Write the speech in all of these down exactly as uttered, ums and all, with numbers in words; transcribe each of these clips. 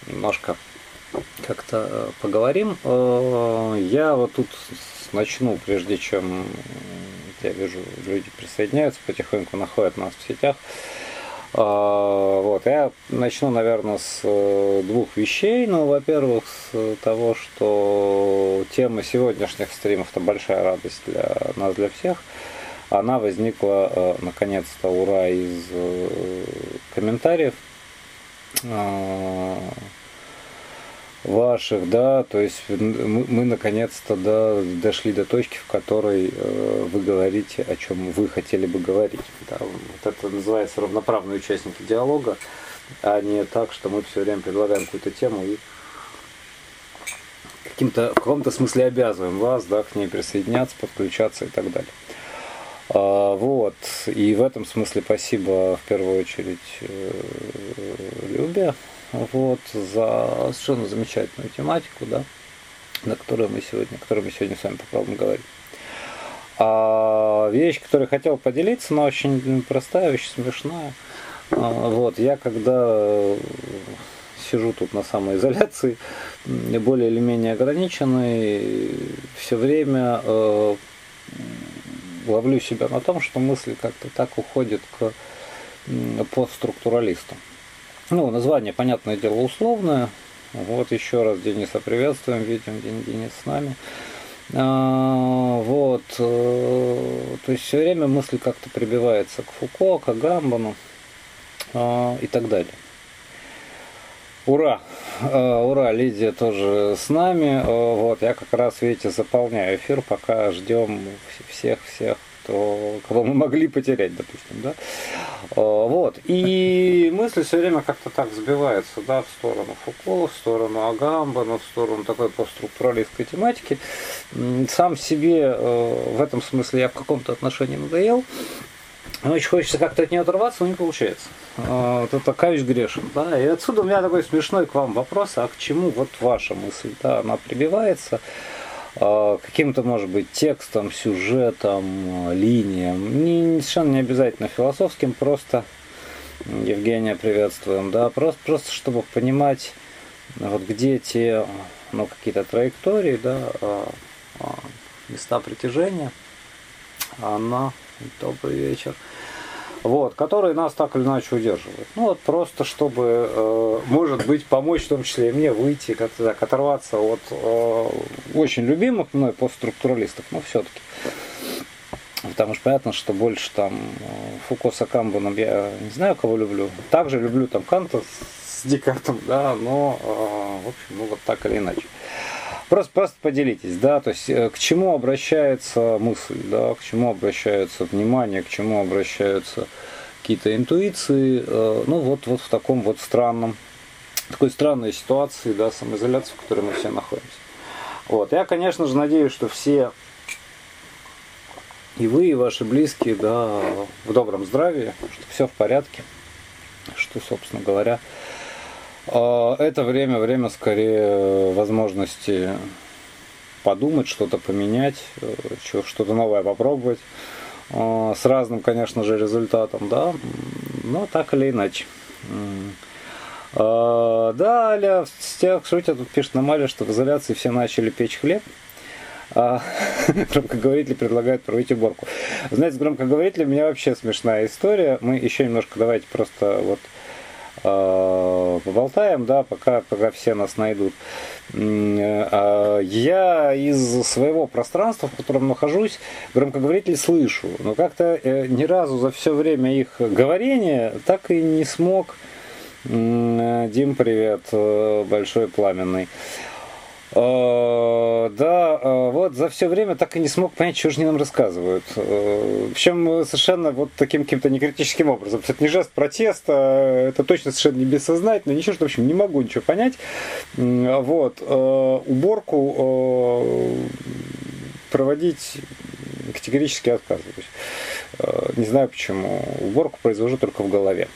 немножко как-то поговорим. Я вот тут начну, прежде чем, я вижу, люди присоединяются, потихоньку находят нас в сетях. Вот, я начну, наверное, с двух вещей. Ну, во-первых, с того, что тема сегодняшних стримов — это большая радость для нас, для всех. Она возникла, наконец-то, ура, из комментариев ваших, да, то есть мы, мы наконец-то, да, дошли до точки, в которой э, вы говорите, о чем вы хотели бы говорить. Да. Вот это называется равноправные участники диалога, а не так, что мы все время предлагаем какую-то тему и каким-то, в каком-то смысле обязываем вас, да, к ней присоединяться, подключаться и так далее. А, вот, и в этом смысле спасибо в первую очередь э, Любе. Вот, за совершенно замечательную тематику, да, на которую мы сегодня, которую мы сегодня с вами попробуем говорить. А вещь, которую я хотел поделиться, она очень простая, очень смешная. А, вот, я когда сижу тут на самоизоляции, более или менее ограниченный, все время э, ловлю себя на том, что мысли как-то так уходят к постструктуралистам. Ну, название, понятное дело, условное. Вот еще раз Дениса приветствуем, видим, Денис с нами. А, вот, то есть все время мысль как-то прибивается к Фуко, к Агамбану а, и так далее. Ура! А, ура, Лидия тоже с нами. А, вот, я как раз, видите, заполняю эфир, пока ждем всех-всех, кто, кого мы могли потерять, допустим, да. Вот. И мысль все время как-то так сбивается, да, в сторону Фуко, в сторону Агамбана, в сторону такой постструктуралистской тематики. Сам себе в этом смысле я в каком-то отношении надоел. Очень хочется как-то от нее оторваться, но не получается. Это каюсь грешен, да. И отсюда у меня такой смешной к вам вопрос: а к чему вот ваша мысль, да, она прибивается каким-то, может быть, текстом, сюжетом, линиям, не, совершенно не обязательно философским, просто, Евгения, приветствуем, да, просто, просто чтобы понимать, вот где те, ну, какие-то траектории, да, места притяжения, она, добрый вечер, вот, которые нас так или иначе удерживают. Ну вот просто, чтобы, э, может быть, помочь в том числе и мне выйти, как-то так, оторваться от э, очень любимых мной постструктуралистов, но все-таки. Потому что понятно, что больше там Фуко с Акамбаном я не знаю, кого люблю. Также люблю там Канта с Декартом, да, но, э, в общем, ну вот так или иначе. Просто, просто поделитесь, да, то есть к чему обращается мысль, да, к чему обращается внимание, к чему обращаются какие-то интуиции, ну вот, вот в таком вот странном, такой странной ситуации, да, самоизоляции, в которой мы все находимся. Вот, я, конечно же, надеюсь, что все, и вы, и ваши близкие, да, в добром здравии, что все в порядке, что, собственно говоря, это время, время скорее возможности подумать, что-то поменять, что-то новое попробовать, с разным, конечно же, результатом, да, но так или иначе. Да, Аля, с тех шутя тут пишет на Мале, что в изоляции все начали печь хлеб. А громкоговорители предлагают проводить уборку. Знаете, с громкоговорителем у меня вообще смешная история. Мы еще немножко давайте просто вот поболтаем, да, пока, пока все нас найдут. Я из своего пространства, в котором нахожусь, громкоговорители слышу, но как-то ни разу за все время их говорения так и не смог. Дим, привет, большой пламенный. Да, вот за все время так и не смог понять, что же они нам рассказывают. Причем совершенно вот таким каким-то некритическим образом. Это не жест протеста, это точно совершенно не бессознательно, ничего, что, в общем, не могу ничего понять. Вот, уборку проводить категорически отказываюсь. Не знаю почему. Уборку произвожу только в голове.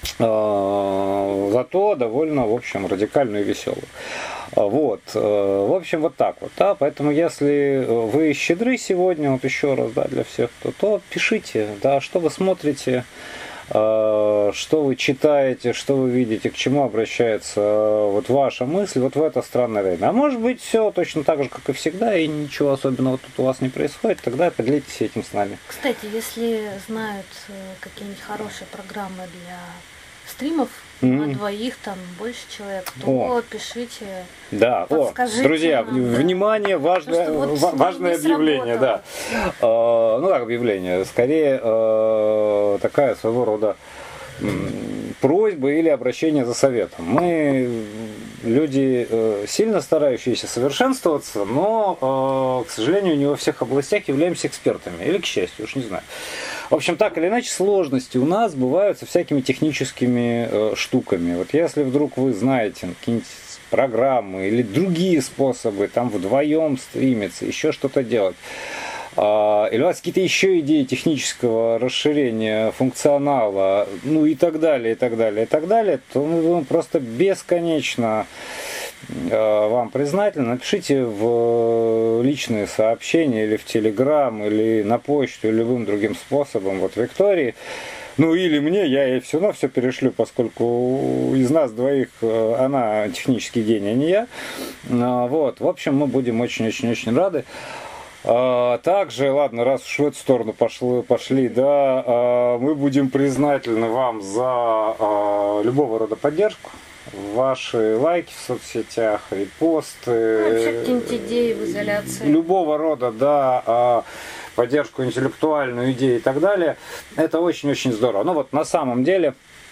Зато довольно, в общем, радикальную и веселую. Вот, в общем, вот так вот, да, поэтому если вы щедры сегодня, вот еще раз, да, для всех, то, то пишите, да, что вы смотрите, что вы читаете, что вы видите, к чему обращается вот ваша мысль вот в это странное время. А может быть, все точно так же, как и всегда, и ничего особенного тут у вас не происходит, тогда поделитесь этим с нами. Кстати, если знают какие-нибудь хорошие программы для стримов, mm-hmm. на двоих, там больше человек, то О. пишите. Да, О, друзья, нам, внимание, важное, вот важное объявление, да. Э, ну как объявление, скорее э, такая своего рода просьба или обращение за советом. Мы люди э, сильно старающиеся совершенствоваться, но, э, к сожалению, не во всех областях являемся экспертами. Или к счастью, уж не знаю. В общем, так или иначе, сложности у нас бывают со всякими техническими э, штуками. Вот если вдруг вы знаете какие-нибудь программы или другие способы там вдвоем стримиться, еще что-то делать, или у вас какие-то еще идеи технического расширения функционала, ну и так далее, и так далее, и так далее, то мы просто бесконечно вам признательны. Напишите в личные сообщения или в Телеграм, или на почту, или любым другим способом, вот Виктории. Ну или мне, я ей все равно все перешлю, поскольку из нас двоих она технический гений, а не я. Вот, в общем, мы будем очень-очень-очень рады. Также, ладно, раз уж в эту сторону пошли, пошли, да, мы будем признательны вам за любого рода поддержку. Ваши лайки в соцсетях, репосты. Вообще какие-нибудь идеи в изоляции. Любого рода, да, поддержку интеллектуальную, идею и так далее. Это очень-очень здорово. Ну вот на самом деле...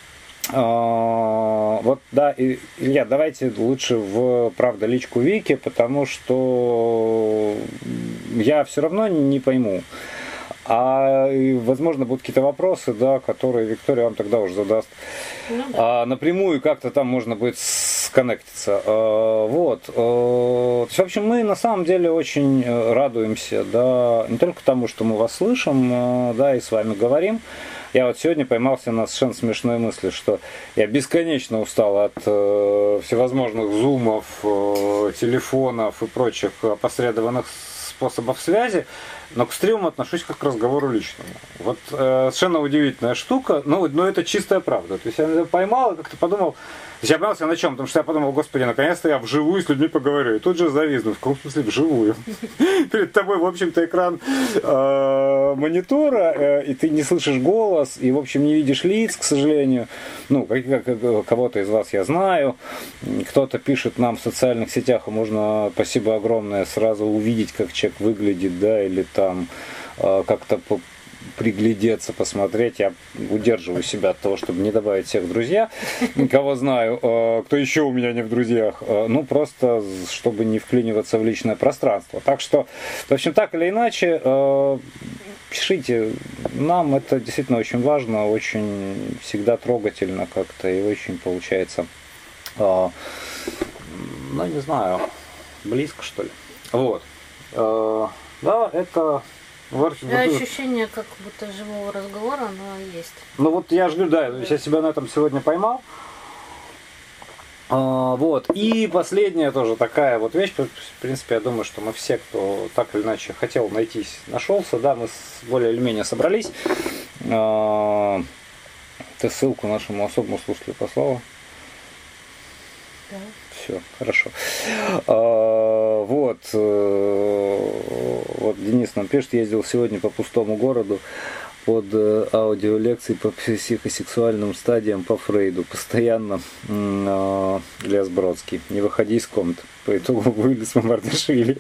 Вот, да, Илья, давайте лучше в, правда, личку Вики, потому что я все равно не пойму. А, возможно, будут какие-то вопросы, да, которые Виктория вам тогда уже задаст. Ну, да. а, напрямую как-то там можно будет сконнектиться. А, вот. А, в общем, мы на самом деле очень радуемся, да, не только тому, что мы вас слышим, да, и с вами говорим. Я вот сегодня поймался на совершенно смешной мысли, что я бесконечно устал от э, всевозможных зумов, э, телефонов и прочих опосредованных способов связи, но к стримам отношусь как к разговору личному. Вот э, совершенно удивительная штука, но, но это чистая правда. То есть я поймал и как-то подумал, я поймался на чем? Потому что я подумал, господи, наконец-то я вживую с людьми поговорю. И тут же завизну. В каком смысле вживую? Перед тобой, в общем-то, экран э, монитора, э, и ты не слышишь голос, и, в общем, не видишь лиц, к сожалению. Ну, как, как, кого-то из вас я знаю. Кто-то пишет нам в социальных сетях, и можно, спасибо огромное, сразу увидеть, как человек выглядит, да, или там э, как-то по приглядеться, посмотреть. Я удерживаю себя от того, чтобы не добавить всех в друзья, кого знаю, кто еще у меня не в друзьях, ну просто чтобы не вклиниваться в личное пространство. Так что, в общем, так или иначе, пишите нам, это действительно очень важно, очень всегда трогательно как-то и очень получается, ну не знаю, близко что ли. Вот. Да, это... Да, ощущение как будто живого разговора, но есть. Ну вот я же говорю, да, я себя на этом сегодня поймал. А, вот. И последняя тоже такая вот вещь. В принципе, я думаю, что мы все, кто так или иначе хотел найтись, нашелся. Да, мы более или менее собрались. А, ты ссылку нашему особому слушателю послала? Да. Все, хорошо. А, вот, вот Денис нам пишет, ездил сегодня по пустому городу под аудиолекции по психосексуальным стадиям по Фрейду. Постоянно э, Лес Бродский. Не выходи из комнаты. По итогу вылез Мамардашвили.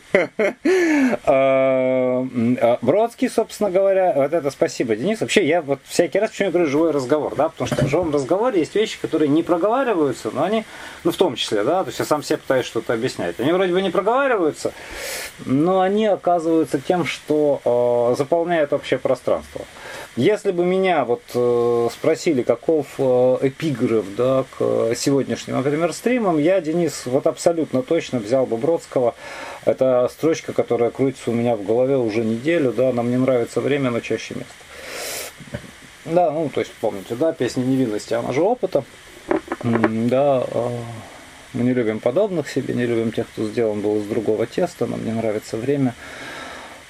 Бродский, собственно говоря, вот это спасибо, Денис. Вообще, я вот всякий раз почему я говорю живой разговор, да, потому что в живом разговоре есть вещи, которые не проговариваются, но они, ну, в том числе, да, то есть я сам себе пытаюсь что-то объяснять. Они вроде бы не проговариваются, но они оказываются тем, что э, заполняют общее пространство. Если бы меня вот э, спросили, каков э, эпиграф, да, к сегодняшним, например, стримам, я, Денис, вот абсолютно точно взял бы Бродского. Это строчка, которая крутится у меня в голове уже неделю, да, нам не нравится время, но чаще место. Да, ну, то есть, помните, да, песня невинности, она же опыта. Да, э, мы не любим подобных себе, не любим тех, кто сделан был из другого теста, нам не нравится время.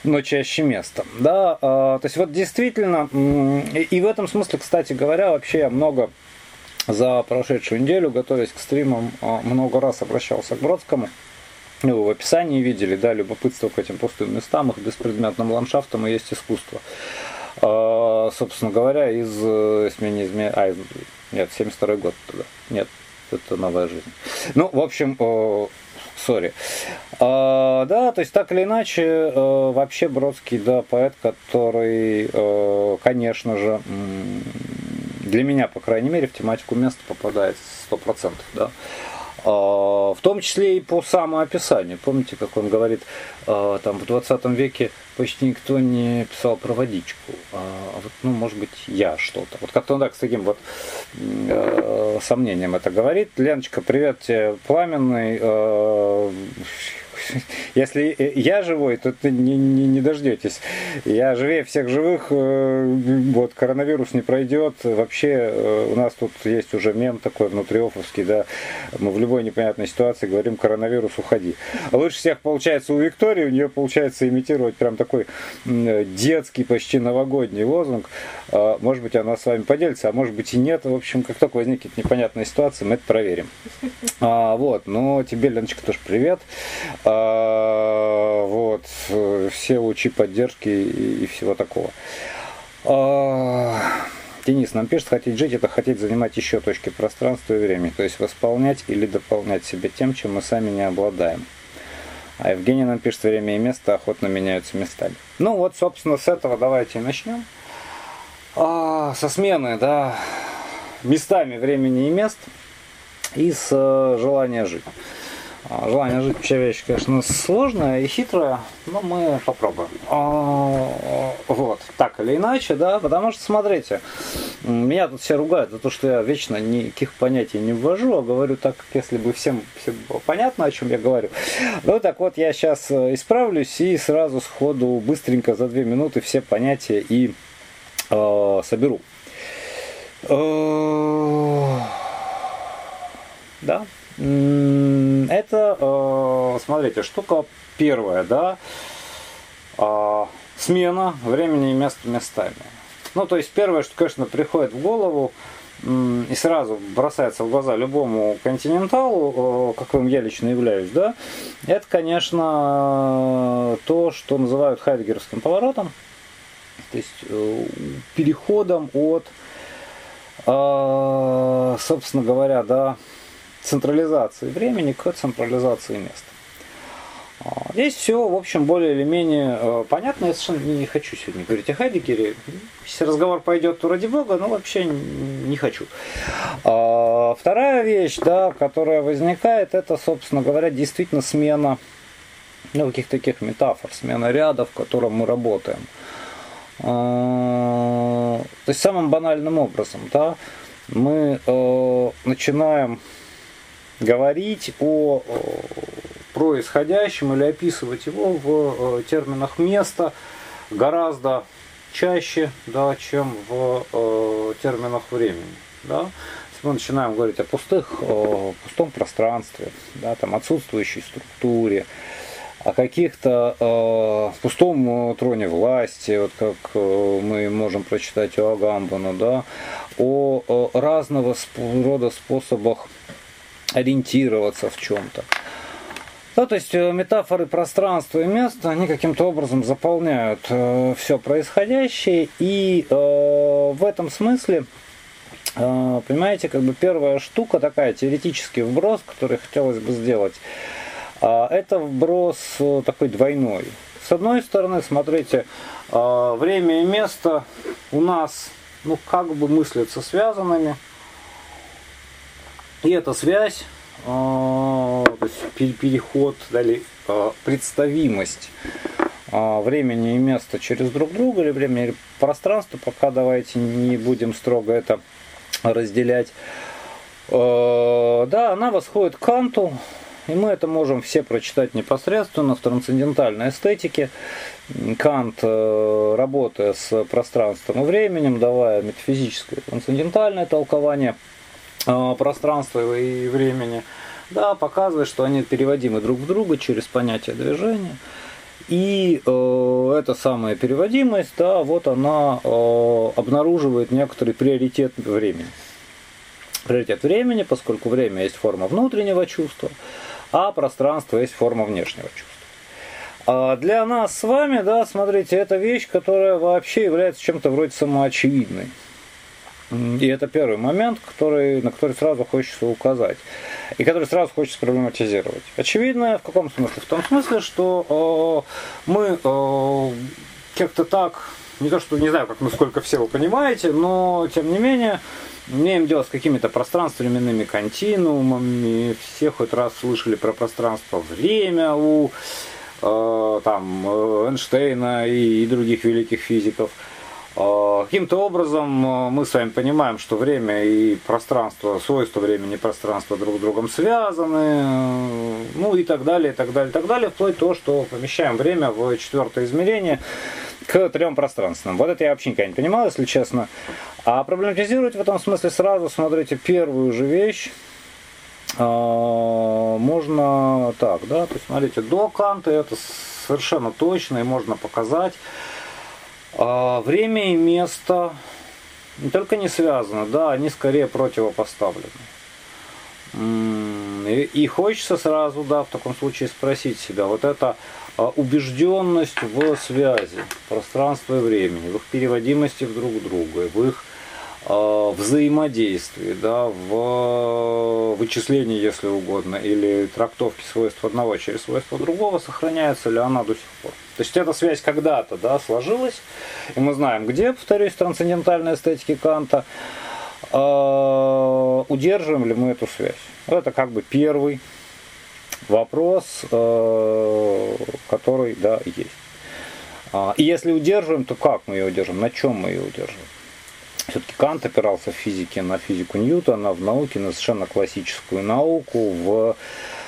но чаще местом. Да? То есть вот действительно, и в этом смысле, кстати говоря, вообще я много за прошедшую неделю, готовясь к стримам, много раз обращался к Бродскому. Ну, вы в описании видели, да, любопытство к этим пустым местам, их беспредметным ландшафтам и есть искусство. А, собственно говоря, из «Измени, измени... А, из... нет, семьдесят второй год тогда. Нет, это «Новая жизнь». Ну, в общем, сори. А, да, то есть так или иначе, вообще Бродский, да, поэт, который, конечно же, для меня, по крайней мере, в тематику места попадает сто процентов, да. В том числе и по самоописанию. Помните, как он говорит, там в двадцатом веке почти никто не писал про водичку. А вот, ну, может быть, я что-то. Вот как-то он так с таким вот э, сомнением это говорит. Леночка, привет тебе, пламенный. Э, Если я живой, то ты не, не, не дождетесь. Я живее всех живых, вот, коронавирус не пройдет. Вообще у нас тут есть уже мем такой внутриофовский, да, мы в любой непонятной ситуации говорим: коронавирус, уходи. Лучше всех получается у Виктории, у нее получается имитировать прям такой детский, почти новогодний лозунг. Может быть, она с вами поделится, а может быть и нет. В общем, как только возникнет непонятная ситуация, мы это проверим. А, вот, но тебе, Леночка, тоже привет. А, вот, все лучи поддержки и, и всего такого. А, Денис нам пишет: хотеть жить — это хотеть занимать еще точки пространства и времени, то есть восполнять или дополнять себя тем, чем мы сами не обладаем. А Евгений нам пишет: время и место охотно меняются местами. Ну вот, собственно, с этого давайте и начнем. А, со смены, да, местами времени и мест и с э, желания жить. А, желание жить вообще вещь, конечно, сложная и хитрая, но мы попробуем. А, вот, так или иначе, да, потому что, смотрите, меня тут все ругают за то, что я вечно никаких понятий не ввожу, а говорю так, как если бы всем, всем было понятно, о чем я говорю. Ну так вот, я сейчас исправлюсь и сразу сходу быстренько за две минуты все понятия и э, соберу. Э, да. Это, э, смотрите, штука первая, да, э, смена времени и места местами. Ну, то есть первое, что, конечно, приходит в голову э, и сразу бросается в глаза любому континенталу, э, каким я лично являюсь, да, это, конечно, то, что называют хайдеггеровским поворотом, то есть э, переходом от, э, собственно говоря, да, централизации времени к централизации места. Здесь все, в общем, более или менее понятно. Я совершенно не хочу сегодня говорить о Хайдеггере. Если разговор пойдет, то ради бога, но вообще не хочу. Вторая вещь, да, которая возникает, это, собственно говоря, действительно смена, ну, каких-то таких метафор, смена ряда, в котором мы работаем. То есть самым банальным образом, да, мы начинаем говорить о происходящем или описывать его в терминах места гораздо чаще, да, чем в терминах времени. Да. Мы начинаем говорить о пустых, о пустом пространстве, да, там, отсутствующей структуре, о каких-то э, пустом троне власти, вот как э, мы можем прочитать у Агамбана, да, о, о разного рода способах ориентироваться в чем-то. Ну, то есть метафоры пространства и места, они каким-то образом заполняют э, все происходящее, и э, в этом смысле, э, понимаете, как бы первая штука такая, теоретический вброс, который хотелось бы сделать, э, это вброс э, такой двойной. С одной стороны, смотрите, э, время и место у нас, ну, как бы мыслятся связанными. И эта связь, э, то есть переход, далее, э, представимость э, времени и места через друг друга, или времени и пространство, пока давайте не будем строго это разделять, э, да, она восходит к Канту, и мы это можем все прочитать непосредственно в трансцендентальной эстетике. Кант, э, работая с пространством и временем, давая метафизическое трансцендентальное толкование пространства и времени, да, показывает, что они переводимы друг в друга через понятие движения. И э, эта самая переводимость, да, вот она э, обнаруживает некоторый приоритет времени. Приоритет времени, поскольку время есть форма внутреннего чувства, а пространство есть форма внешнего чувства. А для нас с вами, да, смотрите, это вещь, которая вообще является чем-то вроде самоочевидной. И это первый момент, который, на который сразу хочется указать. И который сразу хочется проблематизировать. Очевидно, в каком смысле? В том смысле, что э, мы э, как-то так, не то что не знаю, как насколько все вы понимаете, но тем не менее имеем дело с какими-то пространственно-временными континуумами. Все хоть раз слышали про пространство-время у э, там, Эйнштейна и, и других великих физиков. Каким-то образом мы с вами понимаем, что время и пространство, свойства времени и пространства друг с другом связаны, ну и так далее, и так далее, и так далее, вплоть до того, что помещаем время в четвертое измерение к трем пространственным. Вот это я вообще никогда не понимал, если честно. А проблематизировать в этом смысле сразу, смотрите, первую же вещь можно так, да, то есть смотрите, до Канта это совершенно точно и можно показать. Время и место не только не связаны, да, они скорее противопоставлены. И, и хочется сразу, да, в таком случае спросить себя, вот эта убежденность в связи пространства и времени, в их переводимости в друг друга, в их э, взаимодействии, да, в вычислении, если угодно, или трактовке свойств одного через свойства другого, сохраняется ли она до сих пор. То есть эта связь когда-то, да, сложилась, и мы знаем, где, повторюсь, в трансцендентальной эстетике Канта, э, удерживаем ли мы эту связь. Это как бы первый вопрос, э, который, да, есть. И если удерживаем, то как мы ее удерживаем, на чем мы ее удерживаем? Все-таки Кант опирался в физике на физику Ньютона, в науке на совершенно классическую науку, в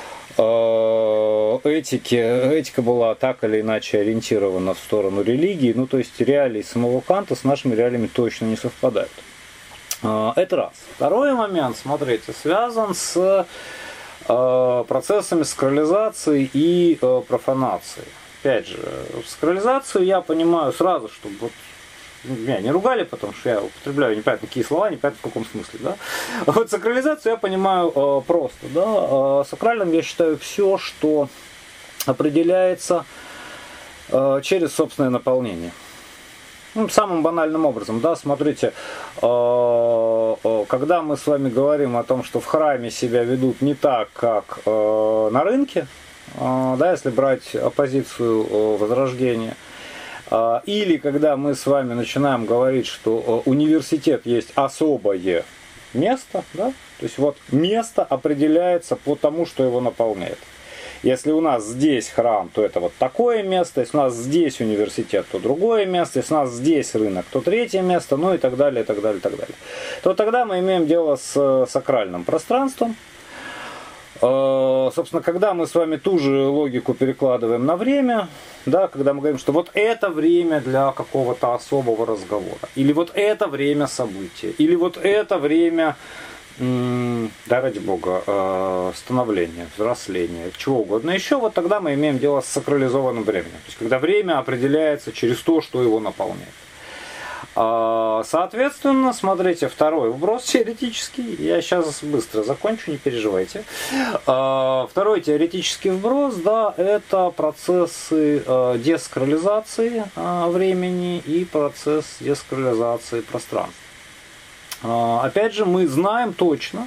этике. Этика была так или иначе ориентирована в сторону религии, ну то есть реалии самого Канта с нашими реалиями точно не совпадают. Это раз. Второй момент, смотрите, связан с процессами сакрализации и профанации. Опять же, сакрализацию я понимаю сразу, чтобы вот меня не ругали, потому что я употребляю непонятно какие слова, непонятно в каком смысле. Да? Вот сакрализацию я понимаю э, просто. Да? Э, сакральным я считаю все, что определяется э, через собственное наполнение. Ну, самым банальным образом, да, смотрите, э, э, когда мы с вами говорим о том, что в храме себя ведут не так, как э, на рынке, э, да, если брать оппозицию э, Возрождения, или когда мы с вами начинаем говорить, что университет есть особое место, да? То есть вот место определяется по тому, что его наполняет. Если у нас здесь храм, то это вот такое место, если у нас здесь университет, то другое место, если у нас здесь рынок, то третье место, ну и так далее, и так далее, и так далее. То тогда мы имеем дело с сакральным пространством. Собственно, когда мы с вами ту же логику перекладываем на время, да, когда мы говорим, что вот это время для какого-то особого разговора, или вот это время события, или вот это время, да, ради бога, становления, взросления, чего угодно еще, вот тогда мы имеем дело с сакрализованным временем. То есть, когда время определяется через то, что его наполняет. Соответственно, смотрите, второй вброс теоретический. Я сейчас быстро закончу, не переживайте. Второй теоретический вброс, да, это процессы десакрализации времени и процесс десакрализации пространства. Опять же, мы знаем точно,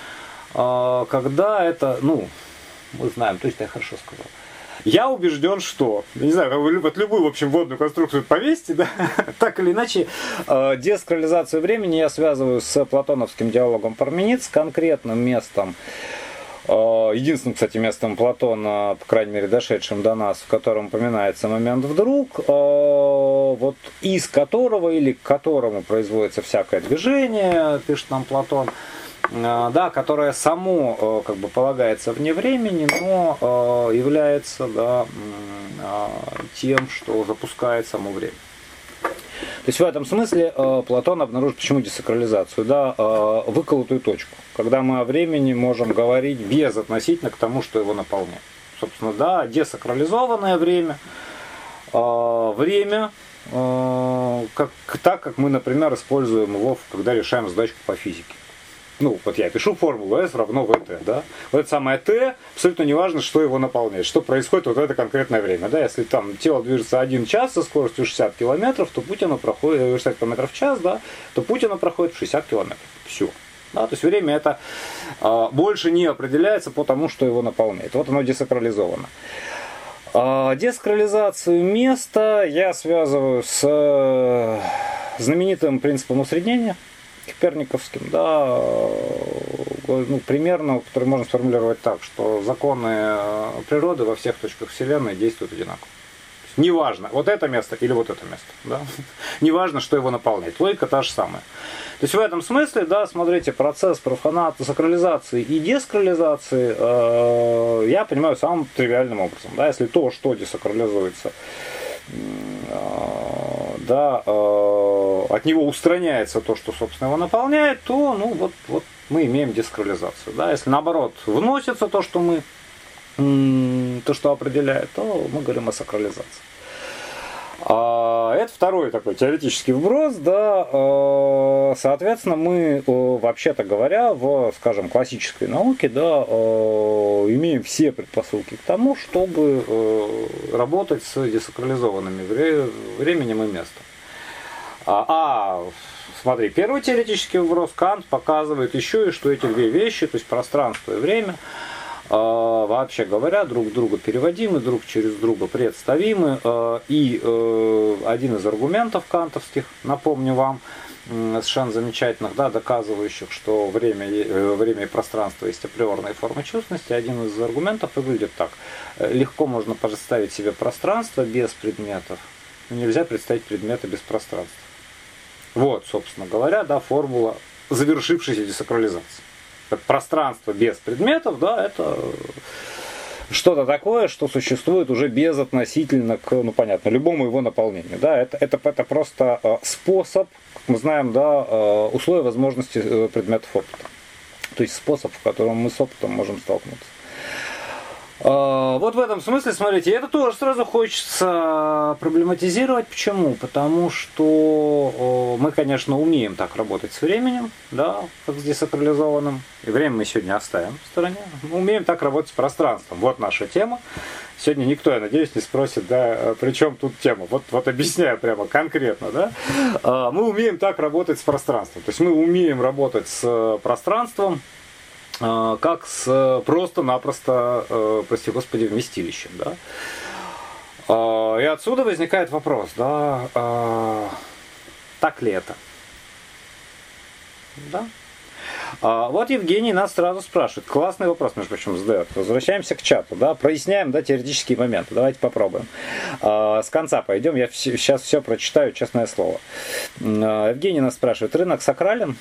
когда это, ну, мы знаем, то есть я хорошо сказал. Я убежден, что, не знаю, вы вот любую, в общем, водную конструкцию повесьте, да, так или иначе, э, десакрализацию времени я связываю с платоновским диалогом Парменид, с конкретным местом, э, единственным, кстати, местом Платона, по крайней мере, дошедшим до нас, в котором упоминается момент вдруг, э, вот из которого или к которому производится всякое движение, пишет нам Платон, да, которое само как бы полагается вне времени, но является, да, тем, что запускает само время. То есть в этом смысле Платон обнаружит, почему десакрализацию, да, выколотую точку, когда мы о времени можем говорить безотносительно к тому, что его наполняет. Собственно, да, десакрализованное время э, время, э, как, так, как мы, например, используем его, когда решаем задачку по физике. Ну, вот я пишу формулу S равно вэ тэ, да. Вот это самое T, абсолютно не важно, что его наполняет, что происходит вот в это конкретное время, да. Если там тело движется один час со скоростью шестьдесят километров, то путь оно проходит, шестьдесят километров в час, да, то путь оно проходит в шестьдесят километров. Все. Да, то есть время это а, больше не определяется по тому, что его наполняет. Вот оно десакрализовано. А, десакрализацию места я связываю с э, знаменитым принципом усреднения, коперниковским, да, ну, примерно, который можно сформулировать так, что законы природы во всех точках Вселенной действуют одинаково. Неважно, вот это место или вот это место, да? Неважно, что его наполняет. Логика та же самая. То есть в этом смысле, да, смотрите, процесс профанации, сакрализации и десакрализации э, я понимаю самым тривиальным образом. Да? Если то, что десакрализуется, да, э, от него устраняется то, что, собственно, его наполняет, то, ну, вот, вот мы имеем десакрализацию. Да? Если, наоборот, вносится то, что мы, м, то, что определяет, то мы говорим о сакрализации. А, это второй такой теоретический вброс, да, э, соответственно, мы, э, вообще-то говоря, в, скажем, классической науке, да, э, имеем все предпосылки к тому, чтобы э, работать с десакрализованными вре- временем и местом. А, а, смотри, первый теоретический вброс Кант показывает еще и, что эти две вещи, то есть пространство и время, вообще говоря, друг друга переводимы, друг через друга представимы. И один из аргументов кантовских, напомню вам, совершенно замечательных, да, доказывающих, что время, время и пространство есть априорные формы чувственности, один из аргументов выглядит так. Легко можно представить себе пространство без предметов, но нельзя представить предметы без пространства. Вот, собственно говоря, да, формула завершившейся десакрализации. Пространство без предметов, да, это что-то такое, что существует уже безотносительно к, ну понятно, любому его наполнению. Да, это, это, это просто способ, как мы знаем, да, условия возможности предметов опыта. То есть способ, в котором мы с опытом можем столкнуться. Вот в этом смысле, смотрите, это тоже сразу хочется проблематизировать. Почему? Потому что мы, конечно, умеем так работать с временем, да, как с десакрализованным. И время мы сегодня оставим в стороне. Мы умеем так работать с пространством. Вот наша тема. Сегодня никто, я надеюсь, не спросит, да, при чем тут тема. Вот, вот объясняю прямо конкретно, да. Мы умеем так работать с пространством. То есть мы умеем работать с пространством, как с просто-напросто, прости господи, вместилищем. Да? И отсюда возникает вопрос, да, так ли это? Да? Вот Евгений нас сразу спрашивает. Классный вопрос, между прочим, задает. Возвращаемся к чату, да, проясняем, да, теоретические моменты. Давайте попробуем. С конца пойдем, я сейчас все прочитаю, честное слово. Евгений нас спрашивает, рынок сакрален?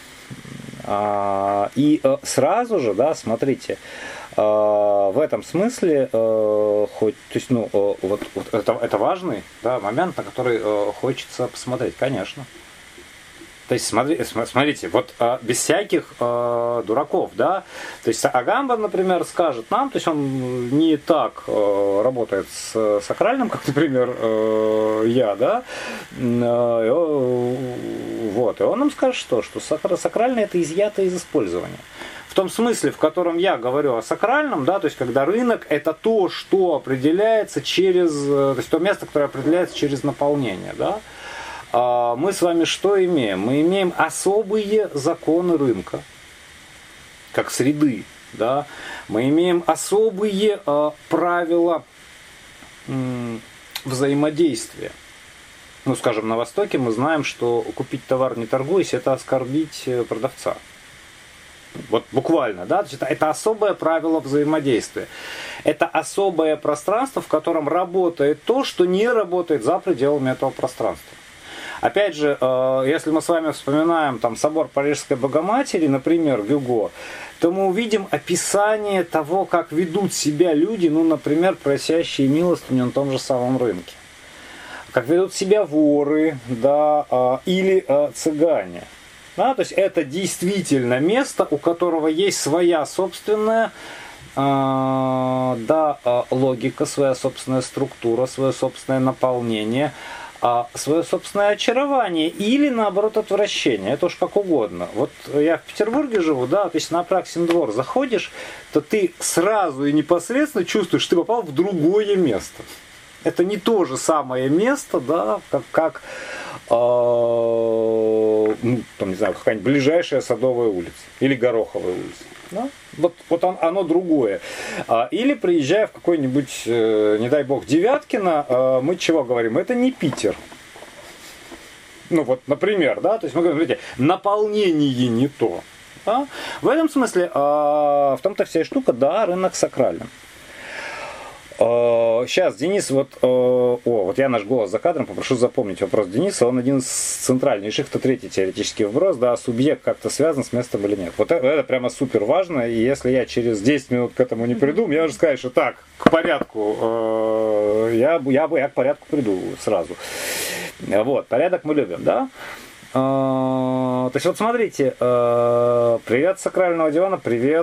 И сразу же, да, смотрите, в этом смысле, хоть, то есть, ну, вот, вот это, это важный, да, момент, на который хочется посмотреть, конечно. То есть, смотри, смотрите, вот без всяких дураков, да, то есть Агамбен, например, скажет нам, то есть он не так работает с сакральным, как, например, я, да, вот, и он нам скажет, что, что сакральное это изъято из использования. В том смысле, в котором я говорю о сакральном, да, то есть когда рынок это то, что определяется через, то есть то место, которое определяется через наполнение, да. Мы с вами что имеем? Мы имеем особые законы рынка, как среды. Да? Мы имеем особые э, правила э, взаимодействия. Ну, скажем, на Востоке мы знаем, что купить товар не торгуясь, это оскорбить продавца. Вот буквально, да, это, это особое правило взаимодействия. Это особое пространство, в котором работает то, что не работает за пределами этого пространства. Опять же, если мы с вами вспоминаем там, собор Парижской Богоматери, например, Гюго, то мы увидим описание того, как ведут себя люди, ну, например, просящие милостыню на том же самом рынке. Как ведут себя воры, да, или цыгане. Да, то есть это действительно место, у которого есть своя собственная, да, да, логика, своя собственная структура, свое собственное наполнение, свое собственное очарование или, наоборот, отвращение. Это уж как угодно. Вот я в Петербурге живу, да, вот если на Апраксин двор заходишь, то ты сразу и непосредственно чувствуешь, что ты попал в другое место. Это не то же самое место, да, как, как э, ну, там, не знаю, какая-нибудь ближайшая Садовая улица или Гороховая улица. Да? Вот, вот он, оно другое. А, или приезжая в какой-нибудь, э, не дай бог, Девяткино, э, мы чего говорим? Это не Питер. Ну вот, например, да, то есть мы говорим, смотрите, наполнение не то. Да? В этом смысле, э, в том-то вся и штука, да, рынок сакрален. Сейчас, Денис, вот, о, вот я наш голос за кадром, попрошу запомнить вопрос Дениса, он один из центральнейших, это третий теоретический вопрос, да, субъект как-то связан с местом или нет. Вот это, это прямо супер важно, и если я через десять минут к этому не приду, мне нужно сказать, что так, к порядку, э, я, я, я к порядку приду сразу. Вот, порядок мы любим, да? То есть вот смотрите, привет сакрального дивана, привет.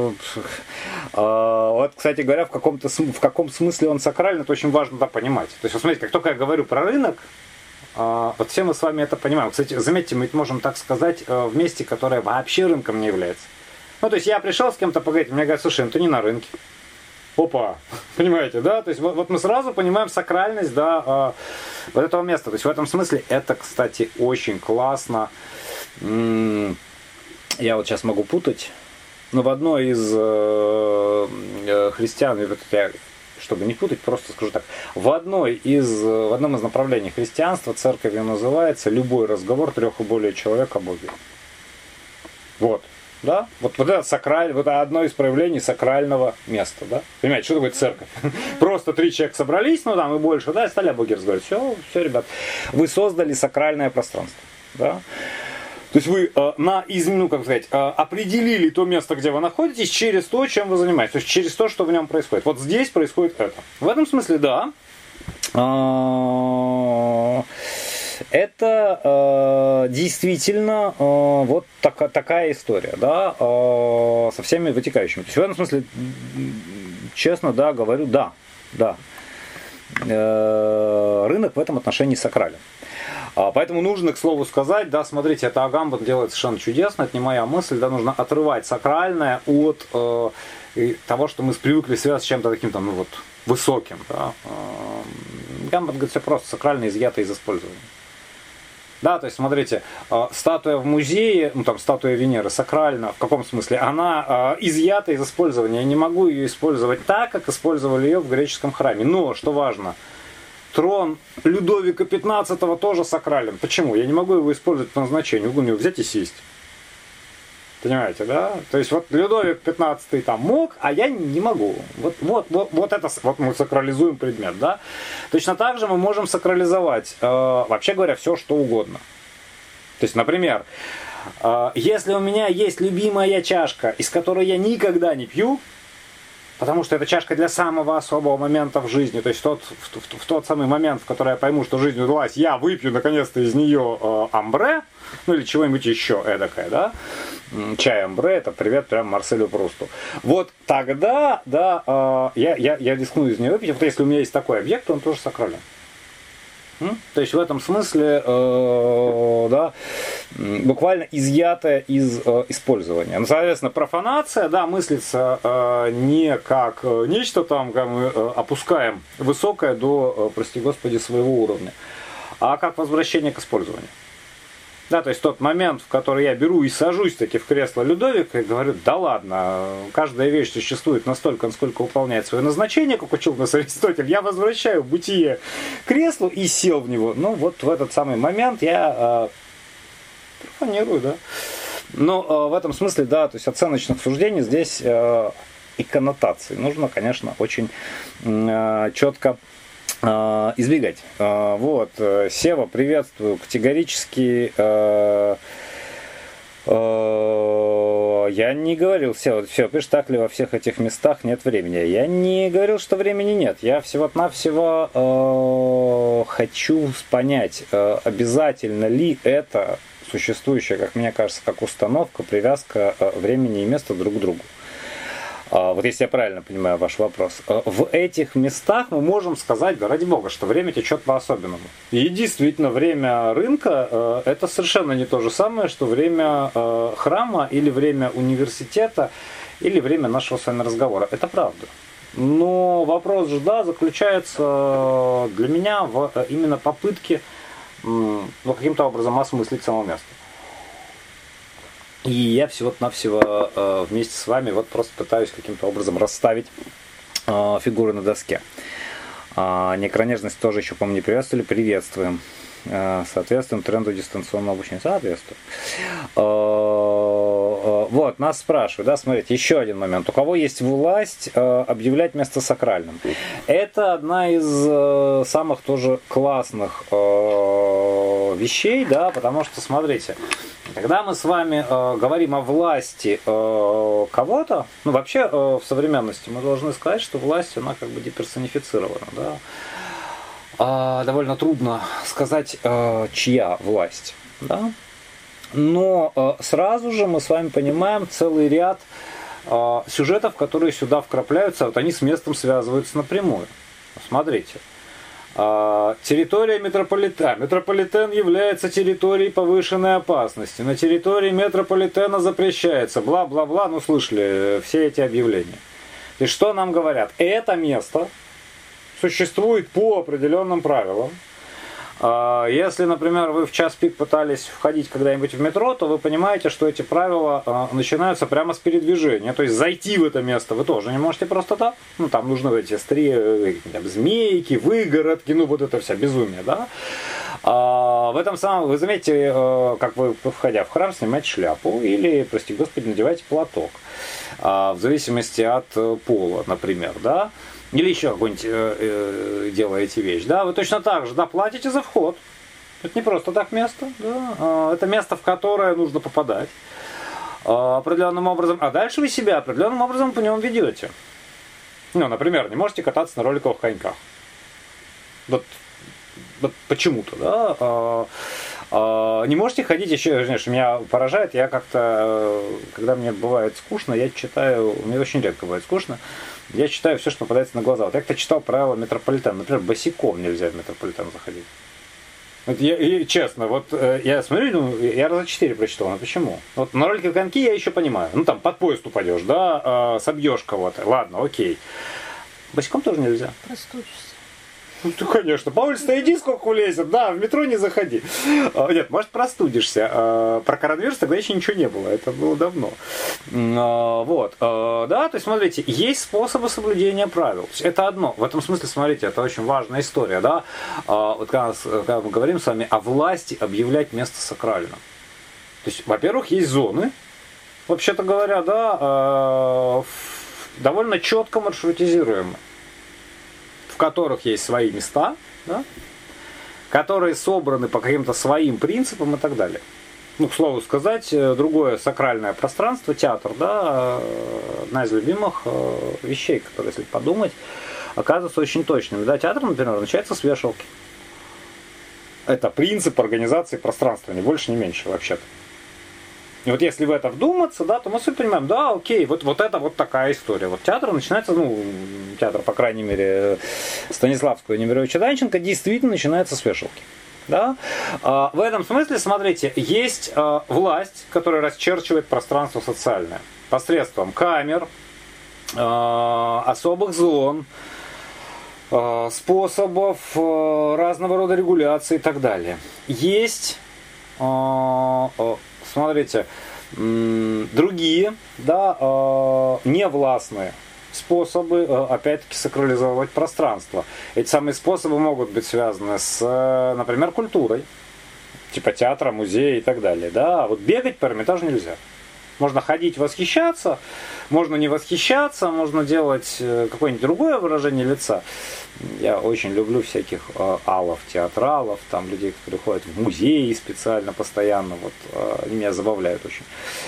Вот, кстати говоря, в, каком-то, в каком смысле он сакральный, это очень важно да, понимать. То есть вот смотрите, как только я говорю про рынок, вот все мы с вами это понимаем. Кстати, заметьте, мы можем так сказать в месте, которое вообще рынком не является. Ну то есть я пришел с кем-то поговорить, мне говорят, слушай, ну ты не на рынке. Опа, понимаете, да? То есть вот, вот мы сразу понимаем сакральность, да, э, вот этого места. То есть в этом смысле это, кстати, очень классно. М-м, я вот сейчас могу путать, но в одной из э, э, христиан, вот я, чтобы не путать, просто скажу так, в одной из, в одном из направлений христианства церковью называется любой разговор трех и более человек о Боге. Вот. Да? Вот, вот это сакраль, вот одно из проявлений сакрального места. Да? Понимаете, что такое церковь? Просто три человека собрались, ну там и больше, да, и стали о Боге разговаривать. Все, все, ребят. Вы создали сакральное пространство. Да? То есть вы э, на, из, ну, как сказать, э, определили то место, где вы находитесь, через то, чем вы занимаетесь. То есть через то, что в нем происходит. Вот здесь происходит это. В этом смысле, да. Это э, действительно э, вот так, такая история, да, э, со всеми вытекающими. То есть в этом смысле, честно, да, говорю, да, да. Э, рынок в этом отношении сакрален. А, поэтому нужно, к слову сказать, да, смотрите, это Агамбан делает совершенно чудесно, это не моя мысль, да, нужно отрывать сакральное от э, того, что мы привыкли связать с чем-то таким там, ну вот, высоким, да. Агамбан говорит, все просто сакрально изъято из использования. Да, то есть, смотрите, э, статуя в музее, ну там статуя Венеры сакральна, в каком смысле? Она э, изъята из использования. Я не могу ее использовать так, как использовали ее в греческом храме. Но, что важно, трон Людовика пятнадцатого тоже сакрален. Почему? Я не могу его использовать по назначению. Могу его взять и сесть. Понимаете, да? То есть вот Людовик пятнадцатый там мог, а я не могу. Вот, вот, вот, вот это вот мы сакрализуем предмет, да? Точно так же мы можем сакрализовать, э, вообще говоря, все что угодно. То есть, например, э, если у меня есть любимая чашка, из которой я никогда не пью, потому что это чашка для самого особого момента в жизни, то есть тот, в, в, в тот самый момент, в который я пойму, что жизнь удалась, я выпью наконец-то из нее э, амбре, ну или чего-нибудь еще эдакое, да, чай амбре, это привет прям Марселю Прусту. Вот тогда, да, э, я, я, я рискну из нее выпить, вот если у меня есть такой объект, то он тоже сакрален. То есть в этом смысле, э, да, буквально изъятое из э, использования. Ну, соответственно, профанация, да, мыслится э, не как нечто там, как мы э, опускаем высокое до, э, прости господи, своего уровня, а как возвращение к использованию. Да, то есть тот момент, в который я беру и сажусь таки в кресло Людовика и говорю, да ладно, каждая вещь существует настолько, насколько выполняет свое назначение, как учил нас Аристотель, я возвращаю бытие к креслу и сел в него. Ну вот в этот самый момент я э, профанирую, да. Но э, в этом смысле, да, то есть оценочных суждений здесь э, и коннотаций нужно, конечно, очень э, четко избегать. Вот. Сева, приветствую. Категорически э, э, я не говорил, Сева, все, пишешь, так ли во всех этих местах нет времени. Я не говорил, что времени нет. Я всего-навсего э, хочу понять, э, обязательно ли это существующая, как мне кажется, как установка, привязка э, времени и места друг к другу. Вот если я правильно понимаю ваш вопрос, в этих местах мы можем сказать, да ради бога, что время течет по-особенному. И действительно, время рынка – это совершенно не то же самое, что время храма или время университета, или время нашего с вами разговора. Это правда. Но вопрос же, да, заключается для меня в именно попытке ну, каким-то образом осмыслить само место. И я всего-навсего э, вместе с вами вот просто пытаюсь каким-то образом расставить э, фигуры на доске. Э, Некронежность тоже еще, по-моему, не приветствовали. Приветствуем. Э, соответствуем тренду дистанционного обучения. Соответствуем. Э, э, вот, нас спрашивают, да, смотрите, еще один момент. У кого есть власть э, объявлять место сакральным? Это одна из э, самых тоже классных э, вещей, да, потому что, смотрите, когда мы с вами э, говорим о власти э, кого-то, ну вообще э, в современности мы должны сказать, что власть, она как бы деперсонифицирована, да. Э, довольно трудно сказать, э, чья власть, да. Но э, сразу же мы с вами понимаем целый ряд э, сюжетов, которые сюда вкрапляются, вот они с местом связываются напрямую. Смотрите. Территория метрополитена. Метрополитен является территорией повышенной опасности. На территории метрополитена запрещается. Бла-бла-бла. Ну, слышали все эти объявления. И что нам говорят? Это место существует по определенным правилам. Если, например, вы в час пик пытались входить когда-нибудь в метро, то вы понимаете, что эти правила начинаются прямо с передвижения. То есть зайти в это место вы тоже не можете просто так. Ну, там нужны эти стри... там, змейки, выгородки, ну, вот это вся безумие, да. А в этом самом, вы заметите, как вы, входя в храм, снимаете шляпу или, прости господи, надеваете платок. В зависимости от пола, например, да. Или еще какую-нибудь э, э, делаете вещь. Да, вы точно так же, да, платите за вход. Это не просто так место, да. Это место, в которое нужно попадать определенным образом. А дальше вы себя определенным образом по нему ведете. Ну, например, не можете кататься на роликовых коньках. Вот, вот почему-то, да. А, а, не можете ходить еще, знаешь, меня поражает, я как-то, когда мне бывает скучно, я читаю, мне очень редко бывает скучно, я читаю все, что попадается на глаза. Вот я как-то читал правила метрополитена. Например, босиком нельзя в метрополитен заходить. Вот я, я, честно, вот э, я смотрю, ну, я раза четыре прочитал. Но почему? Вот на ролике коньки я еще понимаю. Ну там под поезд упадешь, да, э, собьешь кого-то. Ладно, окей. Босиком тоже нельзя. Простудишься. Ну, конечно, по улице иди, сколько влезет, да, в метро не заходи. А, нет, может, простудишься. А, про коронавирус тогда еще ничего не было, это было давно. А, вот, а, да, то есть, смотрите, есть способы соблюдения правил. Это одно. В этом смысле, смотрите, это очень важная история, да. А, вот когда, когда мы говорим с вами о власти объявлять место сакральным. То есть, во-первых, есть зоны, вообще-то говоря, да, а, довольно четко маршрутизируемые, в которых есть свои места, да, которые собраны по каким-то своим принципам и так далее. Ну, к слову сказать, другое сакральное пространство, театр, да, одна из любимых вещей, которые, если подумать, оказывается очень точными. Да, театр, например, начинается с вешалки. Это принцип организации пространства, ни больше, ни меньше вообще-то. И вот если в это вдуматься, да, то мы суть понимаем, да, окей, вот, вот это вот такая история. Вот театр начинается, ну, театр, по крайней мере, Станиславского и Немировича Данченко действительно начинается с вешалки. Да? А, в этом смысле, смотрите, есть а, власть, которая расчерчивает пространство социальное посредством камер, а, особых зон, а, способов а, разного рода регуляции и так далее. Есть... А, а, Смотрите, другие, да, невластные способы, опять-таки, сакрализовать пространство. Эти самые способы могут быть связаны с, например, культурой, типа театра, музея и так далее. Да? А вот бегать по Эрмитажу нельзя. Можно ходить, восхищаться, можно не восхищаться, можно делать какое-нибудь другое выражение лица. Я очень люблю всяких э, алов, театралов, там людей, которые ходят в музеи специально, постоянно, вот, э, они меня забавляют очень.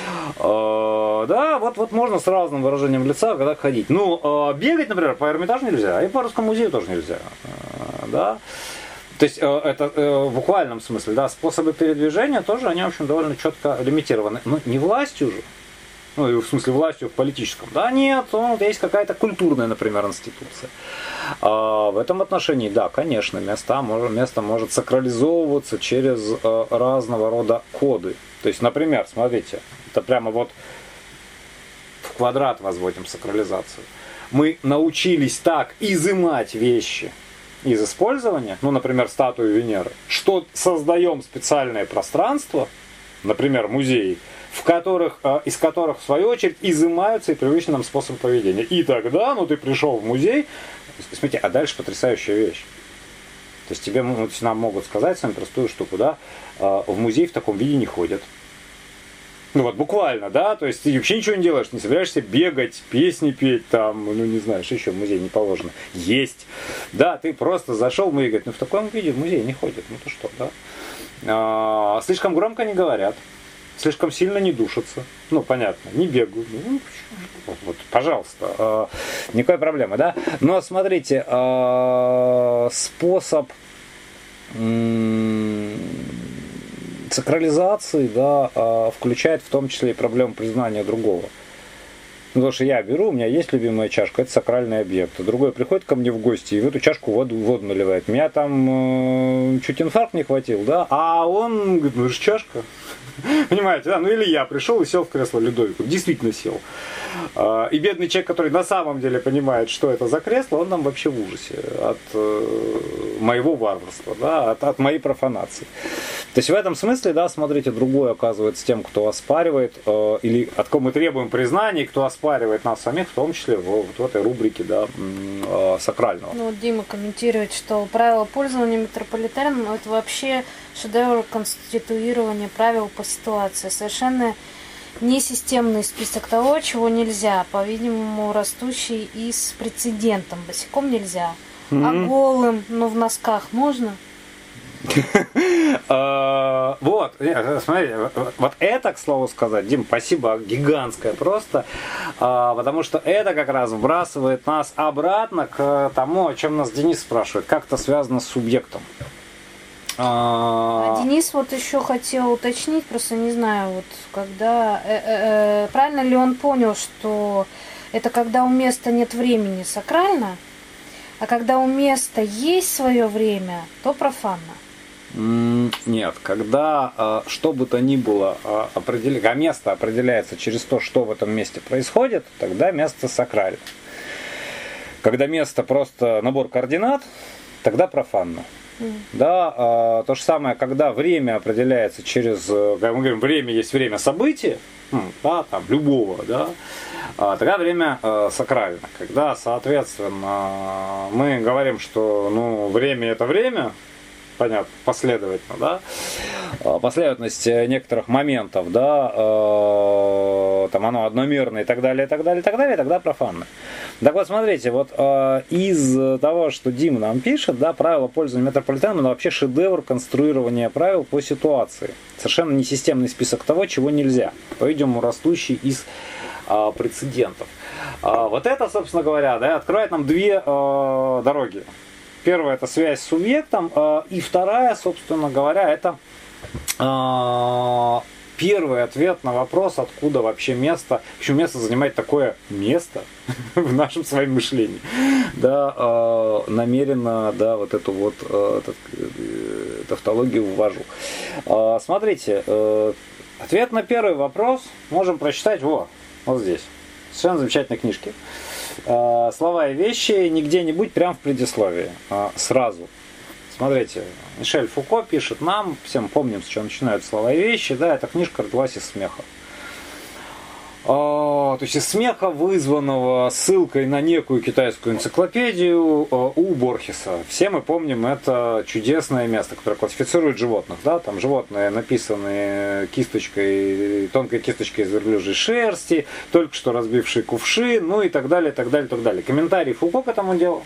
Э, да, вот, вот можно с разным выражением лица когда ходить. Ну, э, бегать, например, по Эрмитажу нельзя, и по Русскому музею тоже нельзя. Э, да. То есть э, это э, в буквальном смысле, да, способы передвижения тоже, они, в общем, довольно четко лимитированы. Но не властью же. Ну, в смысле, властью в политическом. Да нет, ну, есть какая-то культурная, например, институция. А в этом отношении, да, конечно, место, место может сакрализовываться через а, разного рода коды. То есть, например, смотрите, это прямо вот в квадрат возводим сакрализацию. Мы научились так изымать вещи из использования, ну, например, статую Венеры, что создаем специальное пространство, например, музеи, в которых, из которых, в свою очередь, изымаются и привычный нам способ поведения. И тогда, ну, ты пришел в музей, смотрите, а дальше потрясающая вещь. То есть тебе ну, нам могут сказать самую простую штуку, да, в музей в таком виде не ходят. Ну вот буквально, да, то есть ты вообще ничего не делаешь, не собираешься бегать, песни петь там, ну не знаю, что еще в музей не положено. Есть. Да, ты просто зашел в музей и говорит, ну в таком виде в музей не ходят, ну то что, да. А, слишком громко не говорят, слишком сильно не душатся, ну понятно, не бегают, ну, вот, пожалуйста, а, никакой проблемы, да. Но смотрите, а, способ м- сакрализации, да, включает в том числе и проблему признания другого. Ну, потому что я беру, у меня есть любимая чашка, это сакральный объект. Другой приходит ко мне в гости и в эту чашку воду, воду наливает. Меня там э, чуть инфаркт не хватил, да, а он говорит, ну это же чашка. Понимаете, да? Ну или я пришел и сел в кресло Людовику, действительно сел. И бедный человек, который на самом деле понимает, что это за кресло, он там вообще в ужасе от э, моего варварства, да, от, от моей профанации. То есть в этом смысле, да, смотрите, другой оказывается тем, кто оспаривает, э, или от кого мы требуем признания, кто оспаривает нас самих, в том числе в, вот в этой рубрике, да, э, сакрального. Ну вот Дима комментирует, что правила пользования метрополитеном это вообще шедевр конституирования правил по ситуации. Совершенно несистемный список того, чего нельзя, по-видимому, растущий и с прецедентом. Босиком нельзя, mm-hmm. а голым, но в носках можно? Вот, смотри, вот это, к слову сказать, Дим, спасибо гигантское просто, потому что это как раз вбрасывает нас обратно к тому, о чем нас Денис спрашивает, как это связано с субъектом. А Денис вот еще хотел уточнить, просто не знаю, вот когда э, э, правильно ли он понял, что это когда у места нет времени сакрально, а когда у места есть свое время, то профанно. Нет, когда э, что бы то ни было, э, определи... а место определяется через то, что в этом месте происходит, тогда место сакрально. Когда место просто набор координат, тогда профанно. Mm. Да, э, то же самое, когда время определяется через, как мы говорим, время есть время события, да, там, любого, да, э, тогда время э, сакрально. Когда, соответственно, мы говорим, что ну, время это время, понятно, последовательно, да, последовательность некоторых моментов, да, э, там оно одномерное и так далее, и так далее, и так далее, тогда профанно. Так вот, смотрите, вот э, из того, что Дима нам пишет, да, правила пользования метрополитеном, это вообще шедевр конструирования правил по ситуации. Совершенно несистемный список того, чего нельзя, по-видимому, растущий из э, прецедентов. Э, вот это, собственно говоря, да, открывает нам две э, дороги. Первая – это связь с субъектом, и вторая, собственно говоря, это первый ответ на вопрос, откуда вообще место, почему место занимает такое место в нашем своем мышлении. Да, намеренно, да, вот эту вот тавтологию ввожу. Смотрите, ответ на первый вопрос можем прочитать вот, вот здесь. Совершенно замечательной книжке. Слова и вещи не где-нибудь, прямо в предисловии. Сразу. Смотрите, Мишель Фуко пишет нам, всем помним, с чего начинают слова и вещи, да, эта книжка родилась из смеха. То есть из смеха, вызванного ссылкой на некую китайскую энциклопедию у Борхеса. Все мы помним это чудесное место, которое классифицирует животных. Да? Там животные написаны кисточкой, тонкой кисточкой из верблюжьей шерсти, только что разбивший кувшин, ну и так далее, так далее, так далее. Комментарий Фуко к этому делу,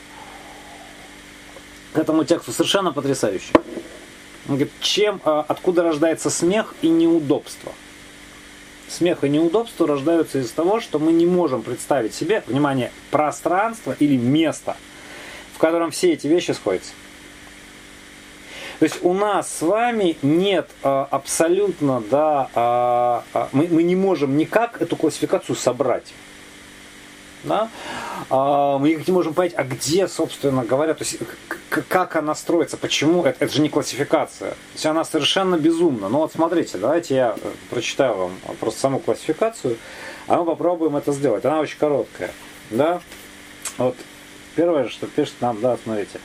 к этому тексту совершенно потрясающий. Он говорит, чем, откуда рождается смех и неудобство. Смех и неудобство рождаются из-за того, что мы не можем представить себе, внимание, пространство или место, в котором все эти вещи сходятся. То есть у нас с вами нет а, абсолютно, да, а, а, мы, мы не можем никак эту классификацию собрать. Да? А, мы никак не можем понять, а где, собственно говоря, то есть как она строится, почему, это, это же не классификация. То есть она совершенно безумна. Ну вот смотрите, давайте я прочитаю вам просто саму классификацию, а мы попробуем это сделать. Она очень короткая. Да? Вот первое, что пишет нам, да, смотрите.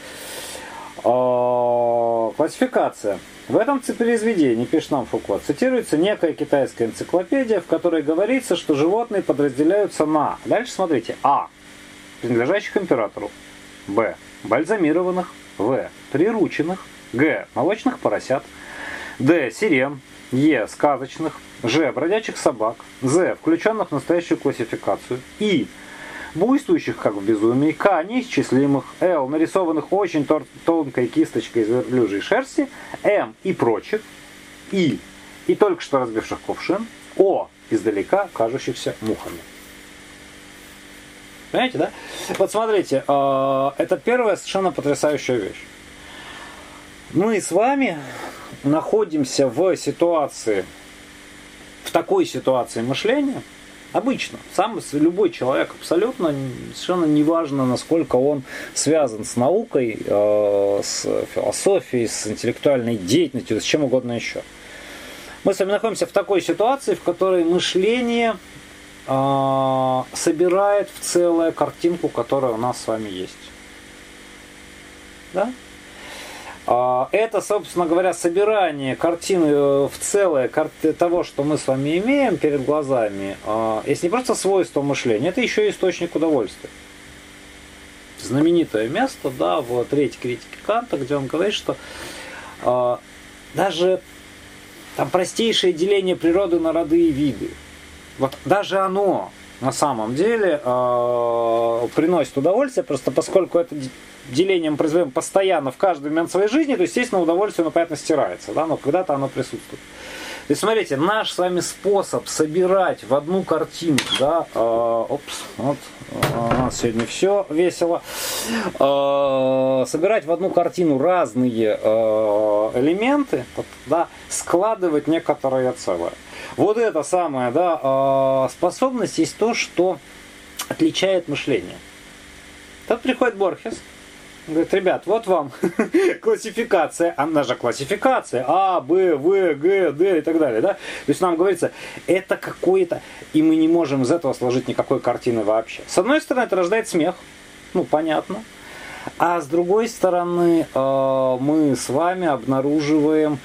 А, классификация. В этом произведении, пишет нам Фуко, цитируется некая китайская энциклопедия, в которой говорится, что животные подразделяются на, дальше смотрите, а. принадлежащих императору, б. бальзамированных, в. прирученных, г. молочных поросят, д. сирен, е. сказочных, ж. бродячих собак, з. включенных в настоящую классификацию, и. буйствующих как в безумии, к. неисчислимых, л. нарисованных очень тонкой кисточкой из верблюжьей шерсти, м. и прочих, и. и только что разбивших кувшин, о. издалека кажущихся мухами. Понимаете, да? Вот смотрите, это первая совершенно потрясающая вещь. Мы с вами находимся в ситуации, в такой ситуации мышления, обычно, сам любой человек абсолютно, совершенно неважно, насколько он связан с наукой, э, с философией, с интеллектуальной деятельностью, с чем угодно еще. Мы с вами находимся в такой ситуации, в которой мышление э, собирает в целое картинку, которая у нас с вами есть. Да? Это, собственно говоря, собирание картины в целое того, что мы с вами имеем перед глазами, если не просто свойство мышления, это еще и источник удовольствия. Знаменитое место, да, в третьей критике Канта, где он говорит, что э, даже там простейшее деление природы на роды и виды, вот даже оно на самом деле э, приносит удовольствие, просто поскольку это деление мы производим постоянно в каждый момент своей жизни, то, естественно, удовольствие, оно, понятно, стирается, да, но когда-то оно присутствует. То есть, смотрите, наш с вами способ собирать в одну картину, да, э, опс, вот, у нас сегодня все весело, э, собирать в одну картину разные э, элементы, да, складывать некоторое целое. Вот это самое, да, э, способность есть то, что отличает мышление. Тут приходит Борхес, говорит, ребят, вот вам классификация, она же классификация, А, Б, В, Г, Д и так далее, да? То есть нам говорится, это какое-то, и мы не можем из этого сложить никакой картины вообще. С одной стороны, это рождает смех, ну, понятно, а с другой стороны, мы с вами обнаруживаем,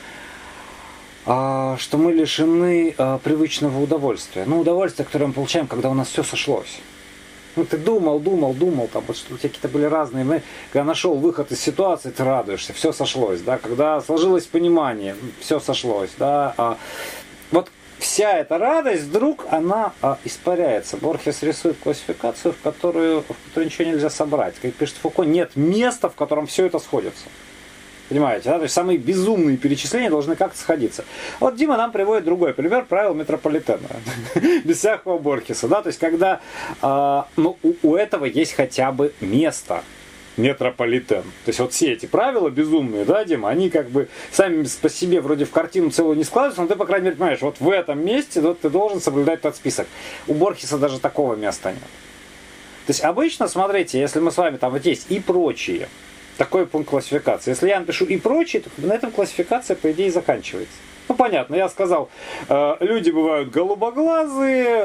что мы лишены привычного удовольствия. Ну, удовольствие, которое мы получаем, когда у нас все сошлось. Ну, ты думал, думал, думал, там, вот, что у тебя какие-то были разные, мы, когда нашел выход из ситуации, ты радуешься, все сошлось, да, когда сложилось понимание, все сошлось, да, а, вот вся эта радость вдруг, она а, испаряется. Борхес рисует классификацию, в которую, в которую ничего нельзя собрать. Как пишет Фуко, нет места, в котором все это сходится. Понимаете, да? То есть самые безумные перечисления должны как-то сходиться. Вот Дима нам приводит другой пример, правило метрополитена. Без всякого Борхеса. Да? То есть когда э, ну, у, у этого есть хотя бы место. Метрополитен. То есть вот все эти правила безумные, да, Дима, они как бы сами по себе вроде в картину целую не складываются, но ты, по крайней мере, понимаешь, вот в этом месте вот, ты должен соблюдать тот список. У Борхеса даже такого места нет. То есть обычно, смотрите, если мы с вами там вот есть и прочие, такой пункт классификации. Если я напишу и прочее, то на этом классификация, по идее, заканчивается. Ну, понятно, я сказал, э, люди бывают голубоглазые,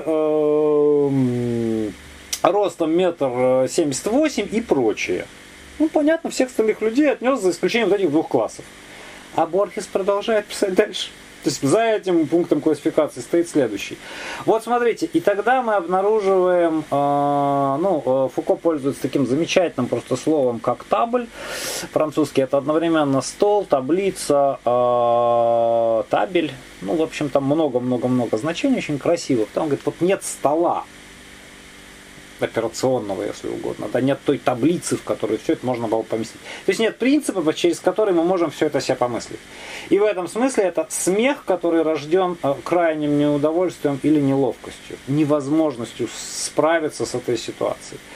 э, ростом метр семьдесят восемь и прочее. Ну, понятно, всех остальных людей отнес за исключением вот этих двух классов. А Борхес продолжает писать дальше. То есть за этим пунктом классификации стоит следующий. Вот смотрите, и тогда мы обнаруживаем, э, ну, Фуко пользуется таким замечательным просто словом, как табль. Французский это одновременно стол, таблица, э, табель. Ну, в общем, там много-много-много значений, очень красиво. Потом он говорит, вот нет стола операционного, если угодно, да, нет той таблицы, в которой все это можно было поместить. То есть нет принципа, через который мы можем все это себе помыслить. И в этом смысле это смех, который рожден крайним неудовольствием или неловкостью, невозможностью справиться с этой ситуацией.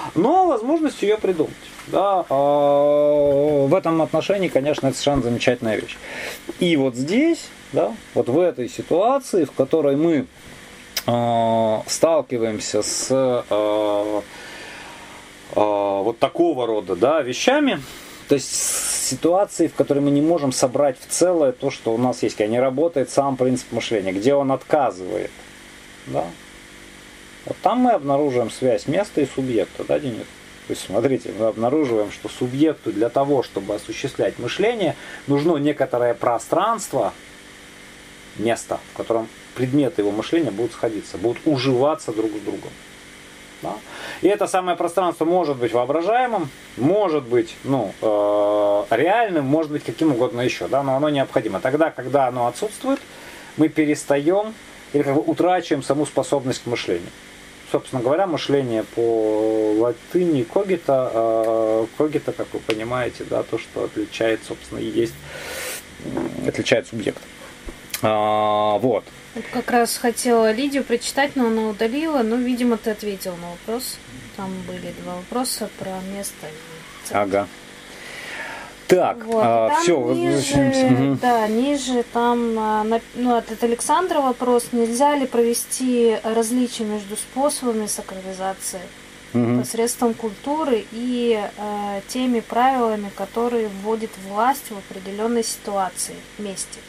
но возможность ее придумать. Да, в этом отношении, конечно, это совершенно замечательная вещь. И вот здесь, да, вот в этой ситуации, в которой мы э, сталкиваемся с э, э, вот такого рода, да, вещами, то есть ситуации, в которой мы не можем собрать в целое то, что у нас есть, когда не работает сам принцип мышления, где он отказывает, да, вот там мы обнаруживаем связь места и субъекта, да, Денис? То есть, смотрите, мы обнаруживаем, что субъекту для того, чтобы осуществлять мышление, нужно некоторое пространство, место, в котором предметы его мышления будут сходиться, будут уживаться друг с другом. Да? И это самое пространство может быть воображаемым, может быть ну, э, реальным, может быть каким угодно еще, да? Но оно необходимо. Тогда, когда оно отсутствует, мы перестаем или как бы утрачиваем саму способность к мышлению. Собственно говоря, мышление по латыни когита, э, когита, как вы понимаете, да, то, что отличает, собственно, и есть, отличает субъект. А, вот. Как раз хотела Лидию прочитать, но она удалила, но, видимо, ты ответил на вопрос. Там были два вопроса про место и цель. Ага. Так, вот, а, там все, ниже, угу. да, ниже там, ну, от Александра вопрос, нельзя ли провести различие между способами сакрализации угу. посредством культуры и э, теми правилами, которые вводит власть в определенной ситуации, месте.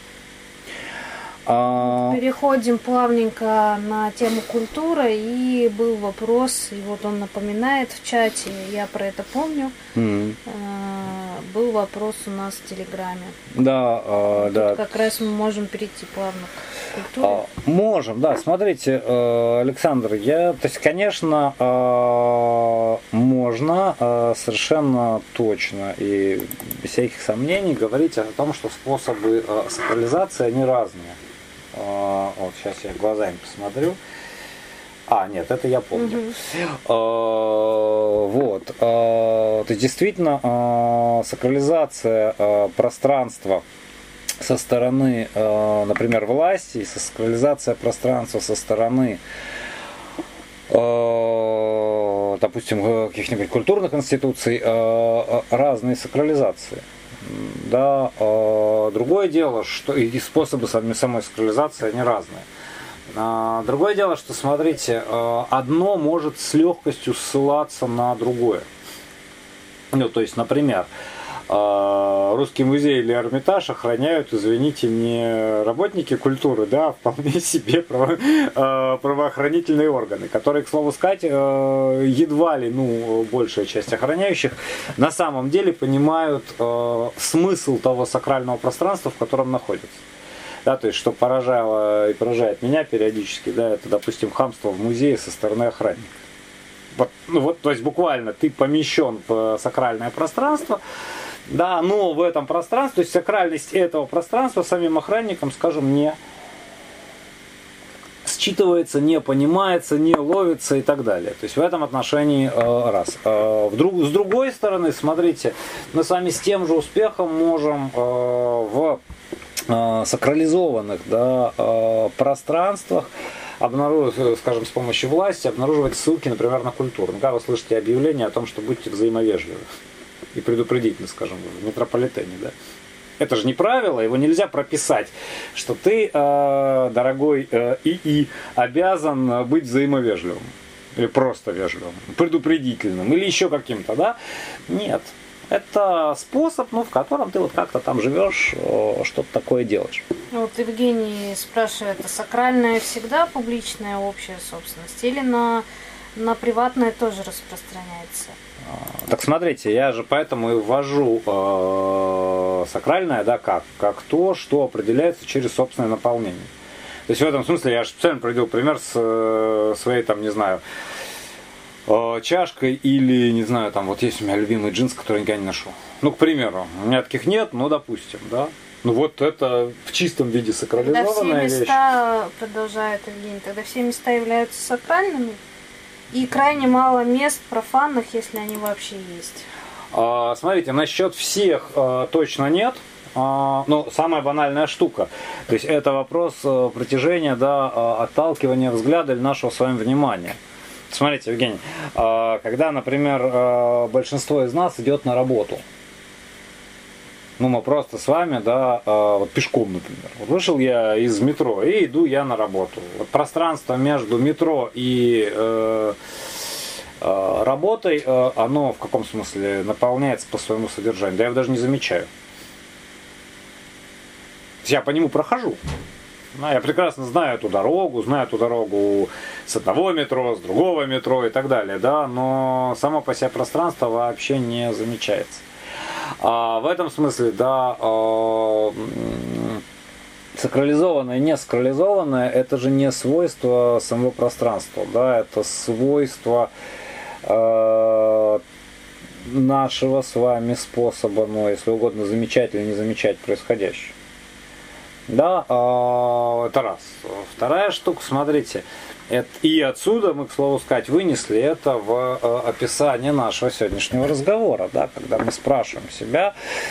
А... Переходим плавненько на тему культуры, и был вопрос, и вот он напоминает в чате, я про это помню, mm-hmm. был вопрос у нас в Телеграме. Да, а, да. Как раз мы можем перейти плавно к культуре. А, можем, да, смотрите, Александр, я, то есть, конечно, можно совершенно точно и без всяких сомнений говорить о том, что способы сакрализации, они разные. Вот сейчас я глазами посмотрю. А, нет, это я помню. Uh-huh. Вот. То есть действительно сакрализация пространства со стороны, например, власти, и сакрализация пространства со стороны, допустим, каких-нибудь культурных институций, разные сакрализации. Да, э, другое дело, что и способы самой сакрализации, они разные. А, другое дело, что, смотрите, э, одно может с легкостью ссылаться на другое. Ну, то есть, например, э, Русский музей или Эрмитаж охраняют, извините, не работники культуры, да, а вполне себе право, э, правоохранительные органы, которые, к слову сказать, э, едва ли, ну, большая часть охраняющих на самом деле понимают э, смысл того сакрального пространства, в котором находятся. Да, то есть, что поражало и поражает меня периодически, да, это, допустим, хамство в музее со стороны охранника. Вот, ну, вот, то есть, буквально ты помещен в сакральное пространство, да, но в этом пространстве, то есть сакральность этого пространства самим охранникам, скажем, не считывается, не понимается, не ловится и так далее. То есть в этом отношении э, раз. Э, в друг, с другой стороны, смотрите, мы с вами с тем же успехом можем э, в э, сакрализованных, да, э, пространствах обнаруживать, скажем, с помощью власти, обнаруживать ссылки, например, на культуру. Ну, когда вы слышите объявление о том, что будьте взаимовежливы и предупредительно, скажем, в метрополитене, да. Это же не правило, его нельзя прописать, что ты, э, дорогой э, ИИ, обязан быть взаимовежливым. Или просто вежливым, предупредительным, или еще каким-то, да? Нет. Это способ, ну, в котором ты вот как-то там живешь, э, что-то такое делаешь. Вот Евгений спрашивает, а сакральное всегда публичная общая собственность или на, на приватное тоже распространяется? Так смотрите, я же поэтому и ввожу э, сакральное, да, как? Как то, что определяется через собственное наполнение. То есть в этом смысле я же специально приводил пример с э, своей, там, не знаю, э, чашкой или, не знаю, там, вот есть у меня любимый джинс, который я никогда не ношу. Ну, к примеру, у меня таких нет, но допустим, да. Ну вот это в чистом виде сакрализованная вещь. Тогда все места, продолжает Евгений, тогда все места являются сакральными? И крайне мало мест профанных, если они вообще есть. А, смотрите, насчет всех а, точно нет. А, ну, самая банальная штука. То есть это вопрос а, притяжения, да, а, отталкивания взгляда или нашего с вами внимания. Смотрите, Евгений, когда, например, большинство из нас идет на работу, ну, мы просто с вами, да, вот пешком, например. Вот вышел я из метро и иду я на работу. Вот пространство между метро и э, э, работой, э, оно в каком смысле наполняется по своему содержанию. Да я его даже не замечаю. Я по нему прохожу. Я прекрасно знаю эту дорогу, знаю эту дорогу с одного метро, с другого метро и так далее, да, но само по себе пространство вообще не замечается. А в этом смысле, да, сакрализованное, не сакрализованное, это же не свойство самого пространства, да, это свойство э, нашего с вами способа, ну, если угодно, замечать или не замечать происходящее. Да, э, это раз. Вторая штука, смотрите, это, и отсюда мы, к слову сказать, вынесли это в э, описание нашего сегодняшнего разговора, да, когда мы спрашиваем себя,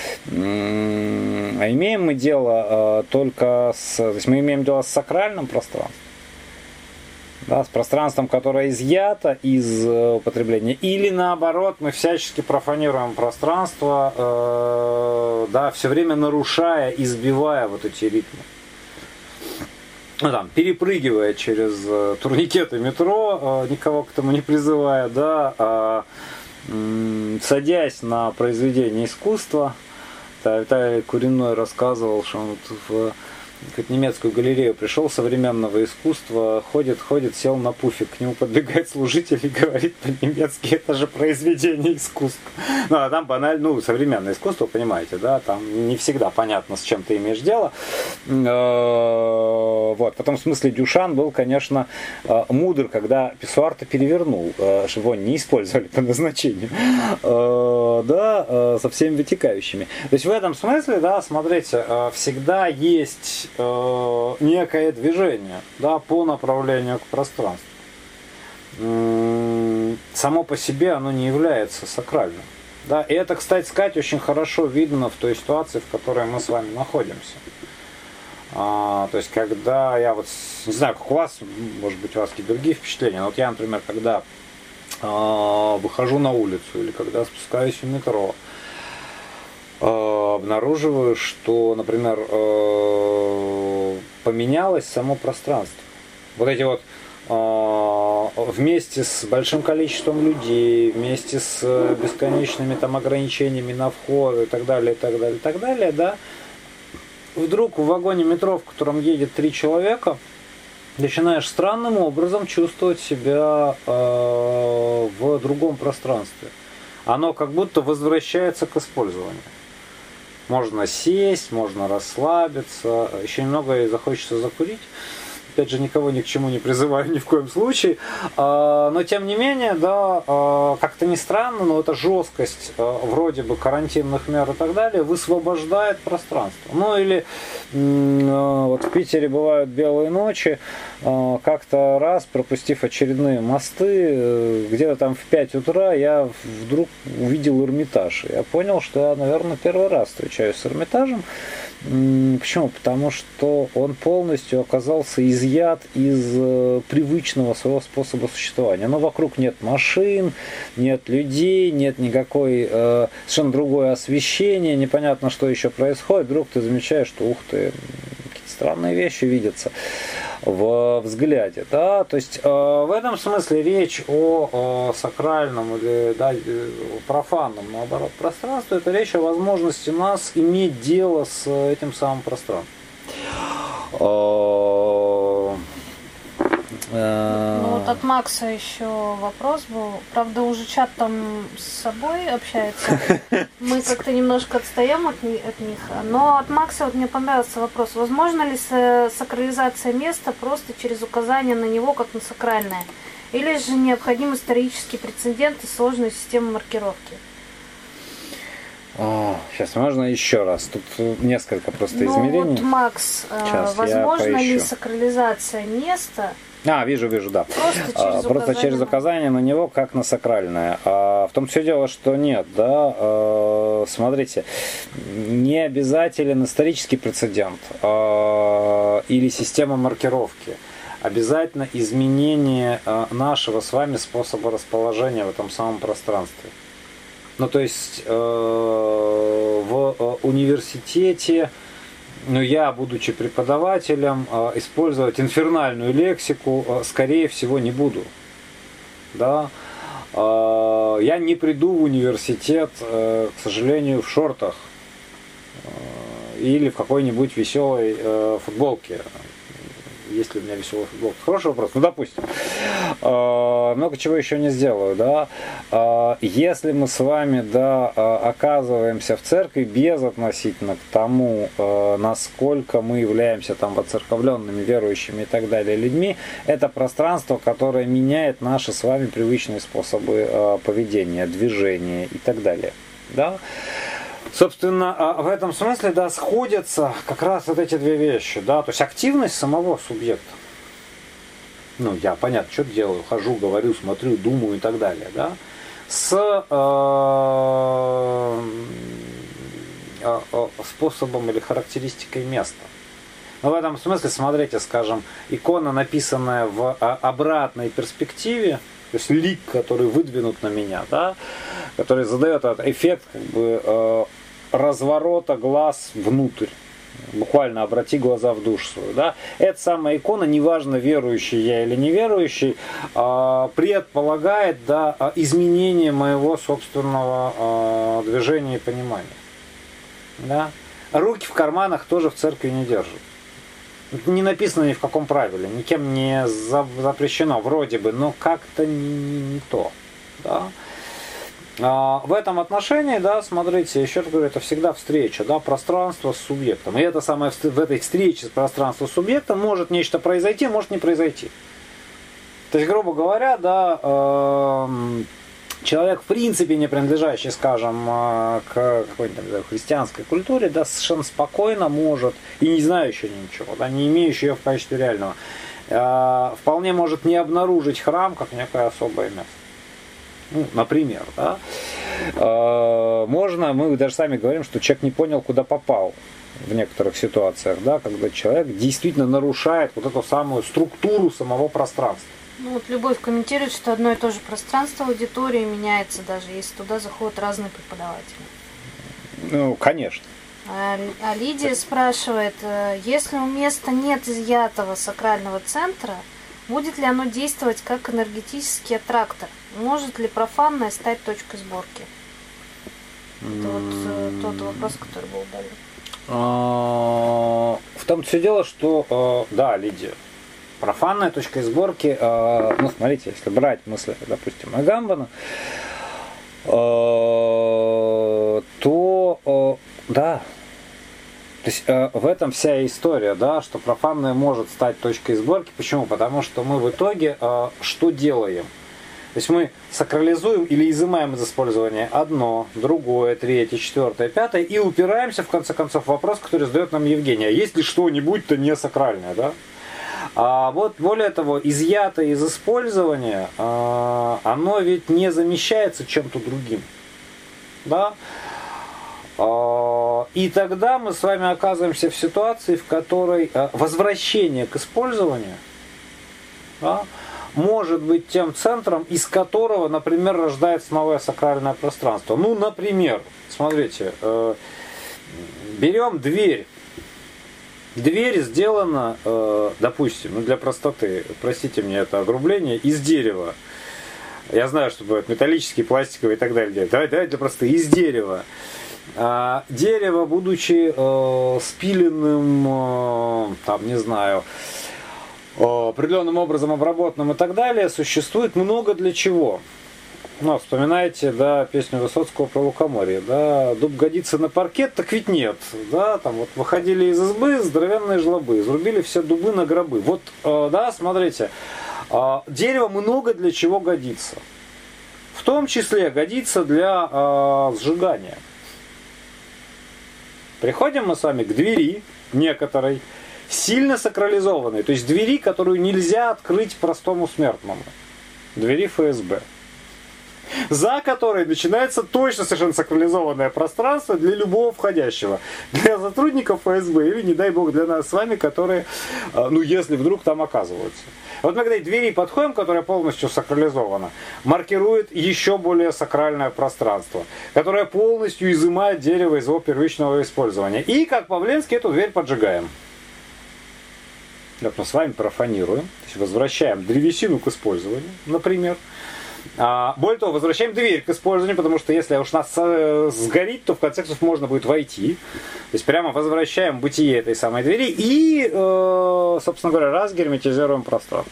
м- а имеем мы дело э, только с, то есть мы имеем дело с сакральным пространством, да, с пространством, которое изъято из э, употребления, или наоборот мы всячески профанируем пространство, э, да, все время нарушая, избивая вот эти ритмы. Ну, там, перепрыгивая через э, турникеты метро, э, никого к этому не призывая, да, а, м- садясь на произведение искусства. Виталий Куриной рассказывал, что он вот в в немецкую галерею пришел современного искусства, ходит, ходит, сел на пуфик, к нему подбегает служитель и говорит по-немецки: это же произведение искусства. Ну, а там банально, ну, современное искусство, понимаете, да, там не всегда понятно, с чем ты имеешь дело. Вот, потом в смысле Дюшан был, конечно, мудр, когда писсуар-то перевернул, чтобы его не использовали по назначению, да, со всеми вытекающими. То есть в этом смысле, да, смотрите, всегда есть некое движение, да, по направлению к пространству. Само по себе оно не является сакральным. Да, и это, кстати сказать, очень хорошо видно в той ситуации, в которой мы с вами находимся. А, то есть, когда я вот, не знаю, как у вас, может быть, у вас какие-то другие впечатления, но вот я, например, когда а, выхожу на улицу или когда спускаюсь в метро, обнаруживаю, что, например, поменялось само пространство. Вот эти вот вместе с большим количеством людей, вместе с бесконечными там ограничениями на вход и так далее, и так далее, и так далее, да, вдруг в вагоне метро, в котором едет три человека, начинаешь странным образом чувствовать себя в другом пространстве. Оно как будто возвращается к использованию. Можно сесть, можно расслабиться, еще немного и захочется закурить. Опять же, никого ни к чему не призываю ни в коем случае. Но, тем не менее, да, как-то не странно, но эта жесткость вроде бы карантинных мер и так далее высвобождает пространство. Ну, или вот в Питере бывают белые ночи. Как-то раз, пропустив очередные мосты, где-то там в пять утра я вдруг увидел Эрмитаж. Я понял, что я, наверное, первый раз встречаюсь с Эрмитажем. Почему? Потому что он полностью оказался изъят из э, привычного своего способа существования. Но вокруг нет машин, нет людей, нет никакой э, совершенно другое освещение, непонятно, что еще происходит. Вдруг ты замечаешь, что ух ты, какие-то странные вещи видятся в взгляде, да, то есть э, в этом смысле речь о, о сакральном или да, о профанном, наоборот, пространстве, это речь о возможности нас иметь дело с этим самым пространством. Ну вот от Макса еще вопрос был. Правда, уже чат там с собой общается. Мы как-то немножко отстаем от, ни- от них. Но от Макса вот мне понравился вопрос. Возможно ли с- сакрализация места просто через указание на него как на сакральное? Или же необходим исторический прецедент и сложная система маркировки? Сейчас можно еще раз. Тут несколько просто Ну измерений. вот, Макс, э, Сейчас, я возможно ли поищу. сакрализация места А, вижу, вижу, да. просто через А, указание? Просто через на- указание на него, как на сакральное. А в том все дело, что нет, да. А, смотрите, не обязателен исторический прецедент а, или система маркировки. обязательно изменение э, нашего с вами способа расположения в этом самом пространстве. Ну, то есть э, в э, университете, ну, я, будучи преподавателем, э, использовать инфернальную лексику, э, скорее всего, не буду. Да? Э, я не приду в университет, э, к сожалению, в шортах э, или в какой-нибудь веселой э, футболке. Есть ли у меня веселая футболка? Хороший вопрос. Ну, допустим. Э, много чего еще не сделаю, да. Э, если мы с вами, да, оказываемся в церкви безотносительно к тому, э, насколько мы являемся там воцерковленными, верующими и так далее людьми, это пространство, которое меняет наши с вами привычные способы э, поведения, движения и так далее, да. Собственно, в этом смысле, да, сходятся как раз вот эти две вещи, да, то есть активность самого субъекта. Ну, я, понятно, что делаю, хожу, говорю, смотрю, думаю и так далее, да, с э, э, способом или характеристикой места. Но в этом смысле, смотрите, скажем, икона, написанная в обратной перспективе, то есть лик, который выдвинут на меня, да, который задает этот эффект, как бы, э, разворота глаз внутрь. Буквально обрати глаза в душу свою. Да? Эта самая икона, неважно, верующий я или неверующий, э, предполагает, да, изменение моего собственного э, движения и понимания. Да? Руки в карманах тоже в церкви не держат. Не написано ни в каком правиле, никем не запрещено, вроде бы, но как-то не, не, не то. Да? А, в этом отношении, да, смотрите, еще раз говорю, это всегда встреча, да, пространство с субъектом. И это самое, в этой встрече с пространством с субъектом может нечто произойти, может не произойти. То есть, грубо говоря, да, э, человек, в принципе, не принадлежащий, скажем, к какой-нибудь там, христианской культуре, да, совершенно спокойно может, и не знающий ничего, да, не имеющий ее в качестве реального, э, вполне может не обнаружить храм как некое особое место. Ну, например, да. Э, можно, мы даже сами говорим, что человек не понял, куда попал в некоторых ситуациях, да, когда человек действительно нарушает вот эту самую структуру самого пространства. Ну вот Любовь комментирует, что одно и то же пространство аудитории меняется даже, если туда заходят разные преподаватели. Ну, конечно. А, а Лидия спрашивает, если у места нет изъятого сакрального центра, будет ли оно действовать как энергетический аттрактор? Может ли профанное стать точкой сборки? Это вот тот вопрос, который был далее. В том-то все дело, что, да, Лидия, профанная точка сборки, ну, смотрите, если брать мысли, допустим, Агамбана, то, да, то есть в этом вся история, да, что профанное может стать точкой сборки. Почему? Потому что мы в итоге что делаем? То есть мы сакрализуем или изымаем из использования одно, другое, третье, четвертое, пятое и упираемся в конце концов в вопрос, который задает нам Евгений. А есть ли что-нибудь-то не сакральное, да? А вот более того, изъятое из использования, оно ведь не замещается чем-то другим, да? И тогда мы с вами оказываемся в ситуации, в которой возвращение к использованию, да, может быть тем центром, из которого, например, рождается новое сакральное пространство. Ну, например, смотрите, берем дверь. Дверь сделана, допустим, ну для простоты, простите мне это огрубление, из дерева. Я знаю, что бывают металлические, пластиковые и так далее. Давай, давай для простоты, из дерева. Дерево, будучи спиленным, там, не знаю, определенным образом обработанным и так далее, существует много для чего. Ну, вспоминайте, да, песню Высоцкого про лукоморье, да, дуб годится на паркет, так ведь нет, да, там вот выходили из избы здоровенные жлобы, изрубили все дубы на гробы. Вот, да, смотрите, дерево много для чего годится. В том числе годится для сжигания. Приходим мы с вами к двери некоторой, сильно сакрализованной, то есть двери, которую нельзя открыть простому смертному. Двери эф эс бэ. за которой начинается точно совершенно сакрализованное пространство для любого входящего. Для сотрудников эф эс бэ или, не дай бог, для нас с вами, которые, ну, если вдруг там оказываются. Вот мы к этой двери подходим, которая полностью сакрализована, маркирует еще более сакральное пространство, которое полностью изымает дерево из его первичного использования. И, как Павленский, эту дверь поджигаем. Вот мы с вами профанируем, то есть возвращаем древесину к использованию, например. А, более того, возвращаем дверь к использованию, потому что если уж нас э, сгорит, то в конце концов можно будет войти. То есть прямо возвращаем бытие этой самой двери и, э, собственно говоря, разгерметизируем пространство.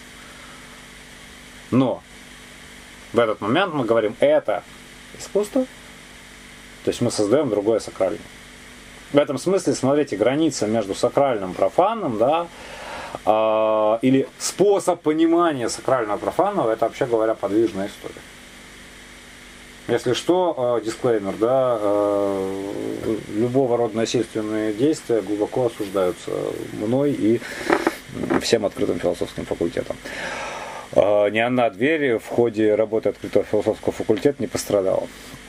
Но в этот момент мы говорим, это искусство, то есть мы создаем другое сакральное. В этом смысле, смотрите, граница между сакральным и профанным, да, э, или способ понимания сакрального и профанного, это, вообще говоря, подвижная история. Если что, э, дисклеймер, да, э, любого рода насильственные действия глубоко осуждаются мной и всем открытым философским факультетом. Э, ни одна дверь в ходе работы открытого философского факультета не пострадала.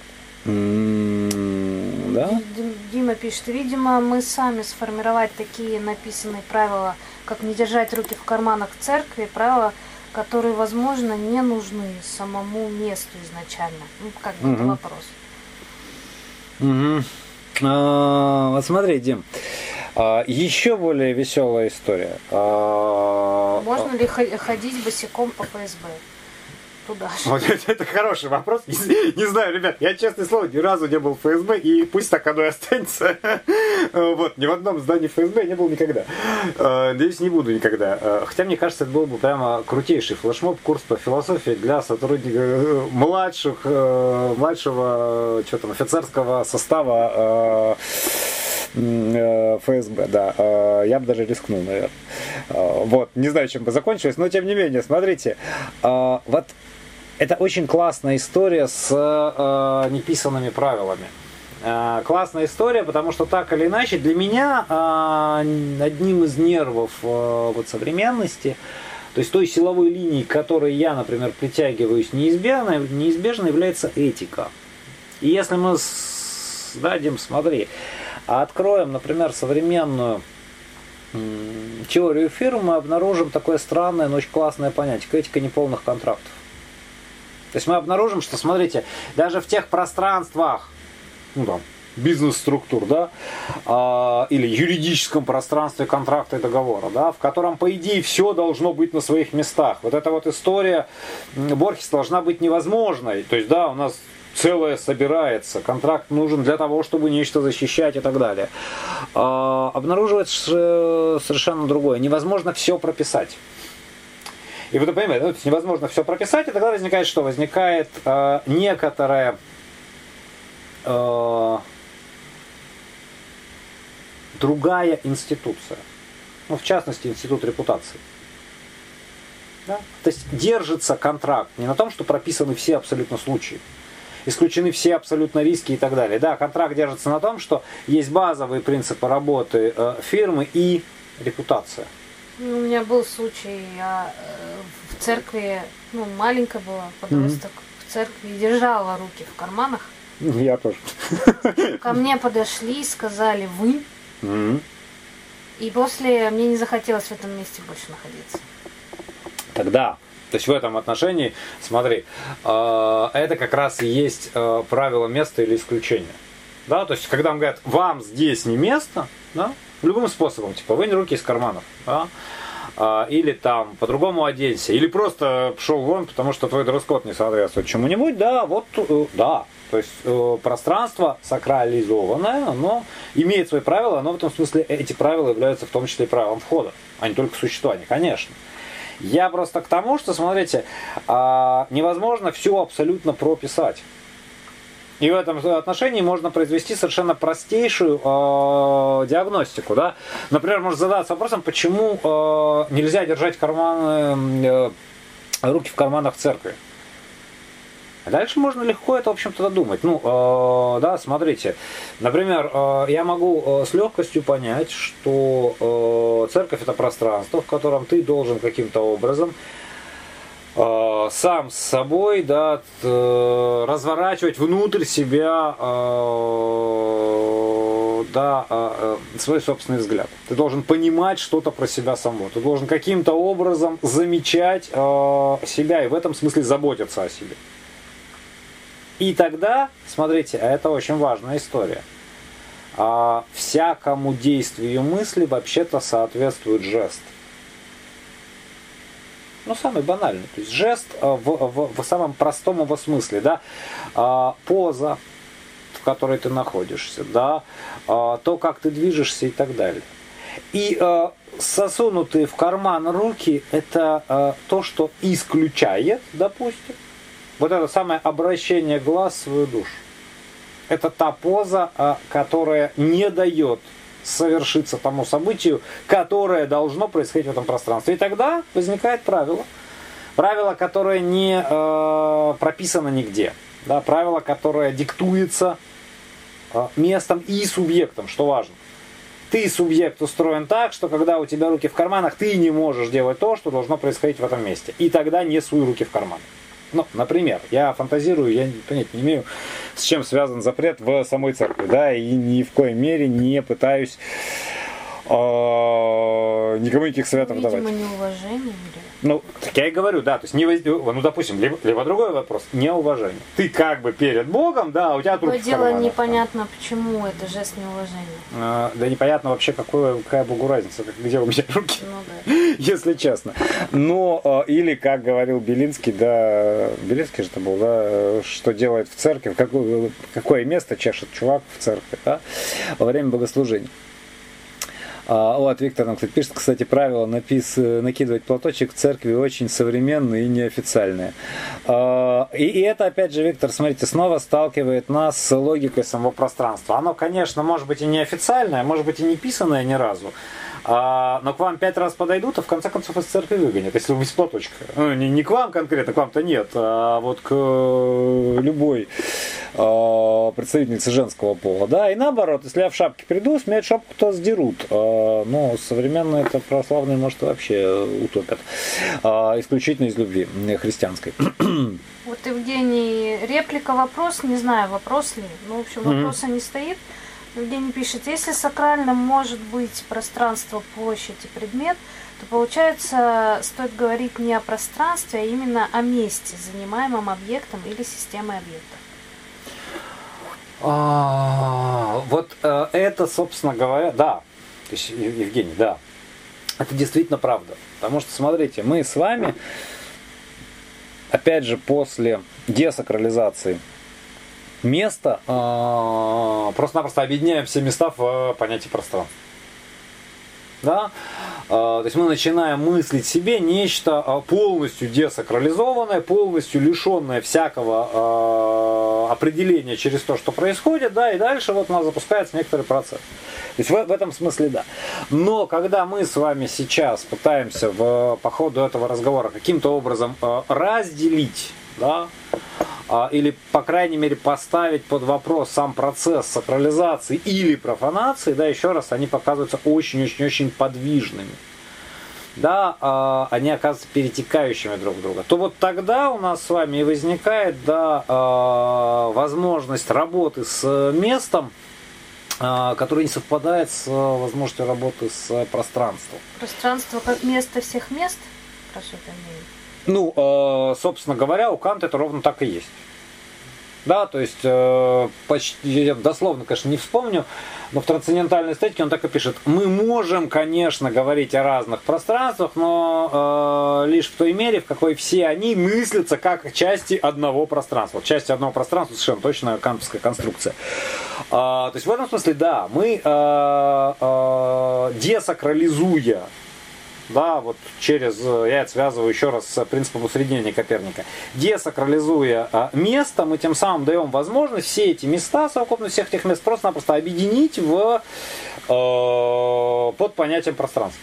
М-м, да? Дима пишет, видимо, мы сами сформировать такие написанные правила, как не держать руки в карманах в церкви, правила, которые, возможно, не нужны самому месту изначально. Ну, как бы, угу. Это вопрос. Угу. А, вот смотри, Дим, а, еще более веселая история. А, Можно ли ходить босиком по эф эс бэ? Туда же. Вот это, это хороший вопрос. Не, не знаю, ребят, я, честное слово, ни разу не был в эф эс бэ, и пусть так оно и останется. Вот, ни в одном здании эф эс бэ я не был никогда. Надеюсь, не буду никогда. Хотя, мне кажется, это был бы прямо крутейший флешмоб, курс по философии для сотрудников младших, младшего, что там, офицерского состава эф эс бэ, да. Я бы даже рискнул, наверное. Вот, не знаю, чем бы закончилось, но тем не менее, смотрите, вот это очень классная история с э, неписанными правилами. Э, классная история, потому что так или иначе для меня э, одним из нервов э, вот, современности, то есть той силовой линии, к которой я, например, притягиваюсь неизбежно, неизбежно является этика. И если мы, с, да, Дим, смотри, откроем, например, современную м, теорию фирм, мы обнаружим такое странное, но очень классное понятие, этика неполных контрактов. То есть мы обнаружим, что, смотрите, даже в тех пространствах, ну там, бизнес-структур, да, э, или юридическом пространстве контракта и договора, да, в котором, по идее, все должно быть на своих местах. Вот эта вот история Борхес должна быть невозможной. То есть, да, у нас целое собирается, контракт нужен для того, чтобы нечто защищать и так далее. Э, обнаруживается совершенно другое. Невозможно все прописать. И вы понимаете, ну, невозможно все прописать, и тогда возникает что? Возникает э, некоторая э, другая институция. Ну, в частности, институт репутации. Да? То есть держится контракт не на том, что прописаны все абсолютно случаи, исключены все абсолютно риски и так далее. Да, контракт держится на том, что есть базовые принципы работы э, фирмы и репутация. У меня был случай, я в церкви, ну, маленькая была, подросток, mm-hmm. в церкви держала руки в карманах. Я тоже. Ко мне подошли, сказали «вы». Mm-hmm. И после мне не захотелось в этом месте больше находиться. Тогда, то есть в этом отношении, смотри, это как раз и есть правило места или исключения. Да, то есть когда вам говорят «вам здесь не место», да, любым способом, типа вынь руки из карманов, да? а, или там по-другому оденься, или просто пошел вон, потому что твой дресс-код не соответствует чему-нибудь, да, вот, да, то есть э, пространство сакрализованное, оно имеет свои правила, но в этом смысле эти правила являются в том числе и правилом входа, а не только существования, конечно. Я просто к тому, что, смотрите, э, невозможно все абсолютно прописать. И в этом отношении можно произвести совершенно простейшую э, диагностику. Да? Например, можно задаться вопросом, почему э, нельзя держать карманы, э, руки в карманах церкви. Дальше можно легко это, в общем-то, додумать. Ну, э, да, смотрите, например, э, я могу э, с легкостью понять, что э, церковь — это пространство, в котором ты должен каким-то образом э, сам с собой, да, э, разворачивать внутрь себя э, да, э, свой собственный взгляд. Ты должен понимать что-то про себя самого. Ты должен каким-то образом замечать э, себя и в этом смысле заботиться о себе. И тогда, смотрите, это очень важная история. А всякому действию мысли вообще-то соответствует жест. Ну, самый банальный. То есть жест в, в, в самом простом его смысле. Да? А, поза, в которой ты находишься. Да? А, то, как ты движешься и так далее. И а, сосунутые в карман руки – это а, то, что исключает, допустим, вот это самое обращение глаз в свою душу. Это та поза, которая не дает совершиться тому событию, которое должно происходить в этом пространстве. И тогда возникает правило. Правило, которое не э, прописано нигде. Да, правило, которое диктуется э, местом и субъектом, что важно. Ты, субъект, устроен так, что когда у тебя руки в карманах, ты не можешь делать то, что должно происходить в этом месте. И тогда не суй руки в карманы. Ну, например, я фантазирую, я понятия не имею, с чем связан запрет в самой церкви, да, и ни в коей мере не пытаюсь э, никому никаких советов Видимо, давать. Видимо, неуважение. Ну, так я и говорю, да, то есть, не, ну, допустим, либо, либо другой вопрос, неуважение. Ты как бы перед Богом, да, у тебя руки в карманах. Дело непонятно, почему это жест неуважения. А, да непонятно вообще, какое, какая Богу разница, где у меня руки, ну, да. Если честно. Но, или, как говорил Белинский, да, Белинский же это был, да, что делает в церкви, какое, какое место чешет чувак в церкви, да, во время богослужения. А, вот, Виктор нам, кстати, пишет, кстати, правило напис, накидывать платочек в церкви очень современные и неофициальные. А, и, и это, опять же, Виктор, смотрите, снова сталкивает нас с логикой самого пространства. Оно, конечно, может быть и неофициальное, может быть и не писанное ни разу. А, но к вам пять раз подойдут, а в конце концов из церкви выгонят, если вы без платочка. Ну, не, не к вам конкретно, к вам-то нет, а вот к любой а, представительнице женского пола. Да, и наоборот, если я в шапке приду, с меня шапку-то сдерут. А, ну, современные это православные, может, вообще утопят. А, исключительно из любви христианской. Вот, Евгений, реплика, вопрос, не знаю, вопрос ли, ну, в общем, вопроса mm-hmm. не стоит. Евгений пишет, если сакральным может быть пространство, площадь и предмет, то получается, стоит говорить не о пространстве, а именно о месте, занимаемом объектом или системой объектов. А, вот э, это, собственно говоря, да, то есть, Евгений, да, это действительно правда. Потому что, смотрите, мы с вами, опять же, после десакрализации место, э, просто-напросто объединяем все места в понятии пространства. Да? Э, то есть мы начинаем мыслить себе нечто полностью десакрализованное, полностью лишенное всякого э, определения через то, что происходит, да, и дальше вот у нас запускается некоторый процесс. То есть в, в этом смысле да. Но когда мы с вами сейчас пытаемся в, по ходу этого разговора каким-то образом э, разделить, да, или, по крайней мере, поставить под вопрос сам процесс сакрализации или профанации, да, еще раз, они показываются очень-очень-очень подвижными. Да, они оказываются перетекающими друг в друга. То вот тогда у нас с вами и возникает, да, возможность работы с местом, который не совпадает с возможностью работы с пространством. Пространство как место всех мест? Прошу понимать. Ну, э, собственно говоря, у Канта это ровно так и есть. Да, то есть, э, почти, я дословно, конечно, не вспомню, но в трансцендентальной эстетике он так и пишет. Мы можем, конечно, говорить о разных пространствах, но э, лишь в той мере, в какой все они мыслятся как части одного пространства. Части одного пространства совершенно точно кантовская конструкция. Э, то есть, в этом смысле, да, мы, э, э, десакрализуя, да, вот через, я это связываю еще раз с принципом усреднения Коперника. Десакрализуя место, мы тем самым даем возможность все эти места, совокупность всех этих мест, просто-напросто объединить в, э, под понятием пространства.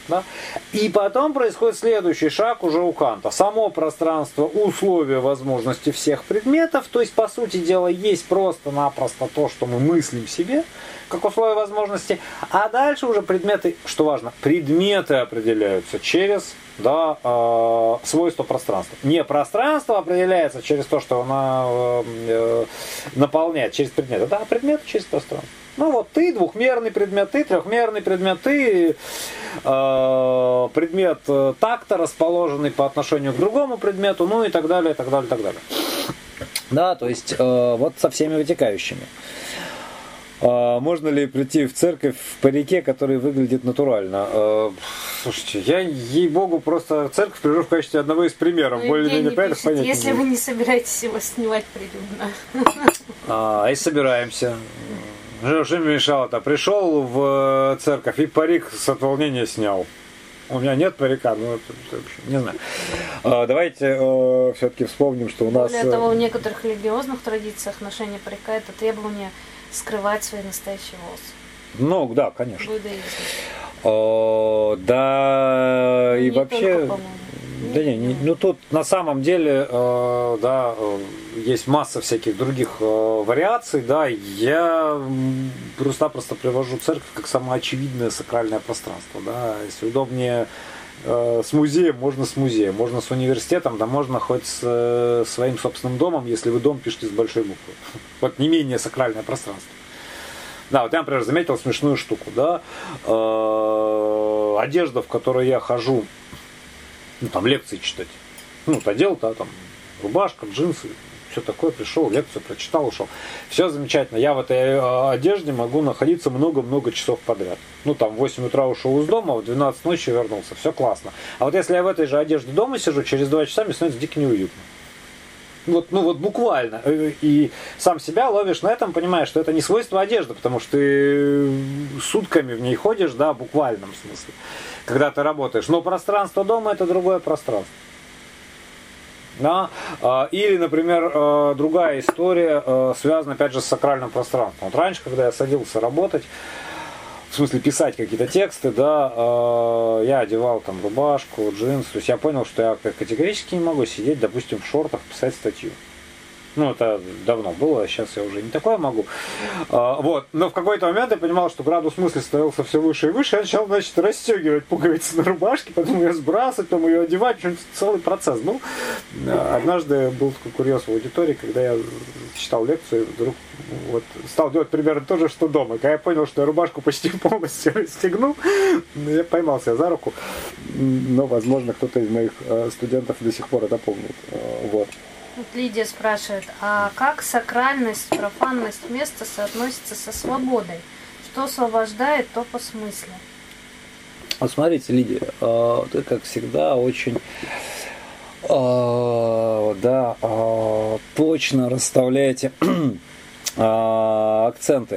Да? И потом происходит следующий шаг уже у Канта. Само пространство, условия возможности всех предметов. То есть, по сути дела, есть просто-напросто то, что мы мыслим себе, как условия возможности. А дальше уже предметы, что важно, предметы определяются через да, э, свойства пространства. Не пространство определяется через то, что она э, наполняет, через предметы. Да, предметы через пространство. Ну вот ты двухмерный предмет, ты трехмерный предмет, ты э, предмет такта, расположенный по отношению к другому предмету, ну и так далее, и так далее, и так далее. Да, то есть э, вот со всеми вытекающими. Э, можно ли прийти в церковь в парике, который выглядит натурально? Э, слушайте, я, ей-богу, просто церковь привожу в качестве одного из примеров. Ну, более-менее понятных. Если вы не собираетесь его снимать прилюдно. А, и собираемся. Что мне мешало-то? Пришел в церковь и парик с от волнения снял. У меня нет парика, ну, это, это, не знаю. А, давайте а, все-таки вспомним, что у нас... Более того, в некоторых религиозных традициях ношение парика – это требование скрывать свои настоящие волосы. Ну, да, конечно. В иудаизме. А, да, ну, и вообще... Только, да не, не, ну тут на самом деле, э, да, э, есть масса всяких других э, вариаций, да, я просто-напросто привожу церковь как самое очевидное сакральное пространство, да, если удобнее э, с музеем, можно с музеем, можно с университетом, да можно хоть с э, своим собственным домом, если вы дом пишете с большой буквы, вот не менее сакральное пространство. Да, вот я, например, заметил смешную штуку, да, э, одежда, в которой я хожу, ну, там лекции читать. Ну, вот одел, да, там, рубашка, джинсы, все такое, пришел, лекцию прочитал, ушел. Все замечательно. Я в этой одежде могу находиться много-много часов подряд. Ну, там, в восемь утра ушел из дома, а в двенадцать ночи вернулся. Все классно. А вот если я в этой же одежде дома сижу, через два часа мне становится дико неуютно. Вот, ну вот буквально. И сам себя ловишь на этом, понимаешь, что это не свойство одежды, потому что ты сутками в ней ходишь, да, в буквальном смысле, когда ты работаешь. Но пространство дома это другое пространство. Да? Или, например, другая история, связана опять же с сакральным пространством. Вот раньше, когда я садился работать, в смысле писать какие-то тексты, да, э, я одевал там рубашку, джинсы, то есть я понял, что я категорически не могу сидеть, допустим, в шортах, писать статью. Ну, это давно было, а сейчас я уже не такое могу. А, вот. Но в какой-то момент я понимал, что градус мысли становился все выше и выше. Я начал, значит, расстегивать пуговицы на рубашке, потом ее сбрасывать, потом ее одевать. В общем, целый процесс был. Однажды был такой курьез в аудитории, когда я читал лекцию, вдруг вот, стал делать примерно то же, что дома. Когда я понял, что я рубашку почти полностью расстегнул, я поймал себя за руку. Но, возможно, кто-то из моих студентов до сих пор это помнит. Вот. Вот Лидия спрашивает, а как сакральность, профанность места соотносится со свободой? Что освобождает, то по смыслу? Вот смотрите, Лидия, ты, как всегда, очень да, точно расставляете акценты.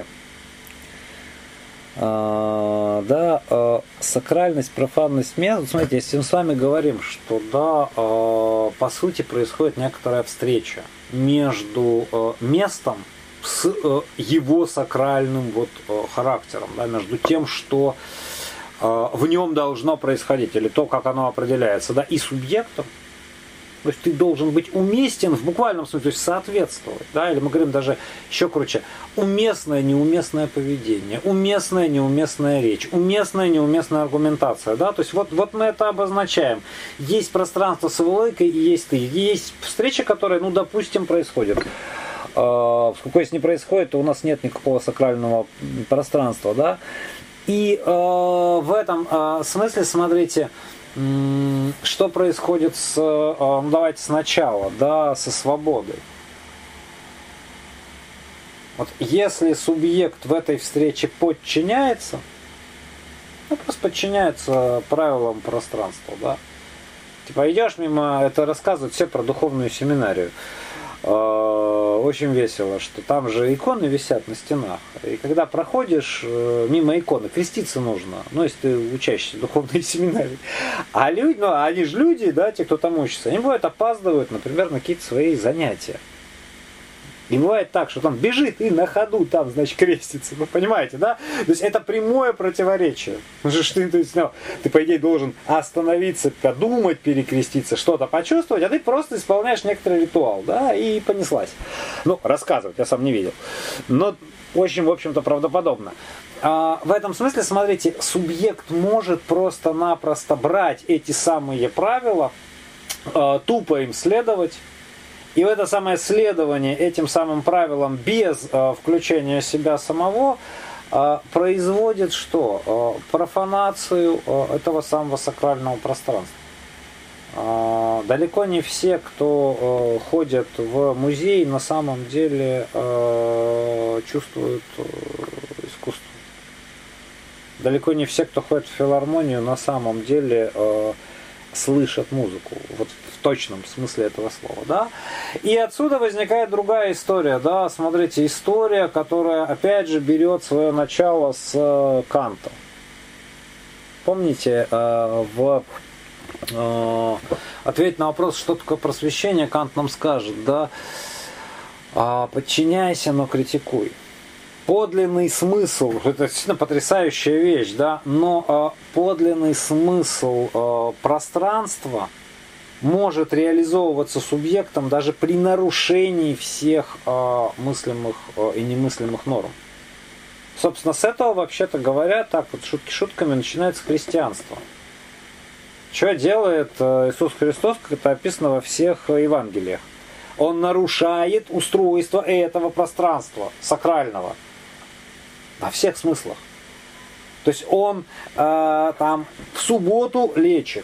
Uh, да, uh, сакральность, профанность мест. Вот смотрите, если мы с вами говорим, что да, uh, по сути происходит некоторая встреча между uh, местом с uh, его сакральным вот, uh, характером, да, между тем, что uh, в нем должно происходить, или то, как оно определяется, да, и субъектом. То есть ты должен быть уместен в буквальном смысле, то есть соответствовать. Да? Или мы говорим даже еще круче. Уместное, неуместное поведение, уместная, неуместная речь, уместная, неуместная аргументация. Да? То есть вот, вот мы это обозначаем. Есть пространство с логикой и есть ты. Есть встреча, которая, ну, допустим, происходит. В какой, если не происходит, то у нас нет никакого сакрального пространства. Да? И э, в этом э, смысле, смотрите, что происходит с, ну давайте сначала, да, со свободой. Вот если субъект в этой встрече подчиняется, ну просто подчиняется правилам пространства, да. Типа идешь мимо, это рассказывают все про духовную семинарию. Очень весело, что там же иконы висят на стенах. И когда проходишь мимо иконы, креститься нужно. Ну, если ты учащийся духовной семинарии. А люди, ну, они же люди, да, те, кто там учится, они бывают опаздывают, например, на какие-то свои занятия. И бывает так, что он бежит и на ходу там, значит, крестится. Вы понимаете, да? То есть это прямое противоречие. Потому что ты, то есть, ну, ты, по идее, должен остановиться, подумать, перекреститься, что-то почувствовать, а ты просто исполняешь некоторый ритуал, да, и понеслась. Ну, рассказывать, я сам не видел. Но очень, в общем-то, правдоподобно. А, в этом смысле, смотрите, субъект может просто-напросто брать эти самые правила, а, тупо им следовать, и в это самое следование этим самым правилам без э, включения себя самого э, производит что? Э, профанацию э, этого самого сакрального пространства. Э, далеко не все, кто э, ходит в музей, на самом деле э, чувствуют э, искусство. Далеко не все, кто ходит в филармонию, на самом деле э, слышат музыку. Вот в точном смысле этого слова, да. И отсюда возникает другая история, да. Смотрите, история, которая опять же берет свое начало с э, Канта. Помните, э, в э, ответ на вопрос, что такое просвещение, Кант нам скажет, да, э, подчиняйся, но критикуй. Подлинный смысл, это действительно потрясающая вещь, да, но э, подлинный смысл э, пространства может реализовываться субъектом даже при нарушении всех э, мыслимых э, и немыслимых норм. Собственно, с этого, вообще-то говоря, так вот шутки шутками начинается христианство. Что делает э, Иисус Христос, как это описано во всех э, Евангелиях? Он нарушает устройство этого пространства сакрального. Во всех смыслах. То есть он э, там в субботу лечит,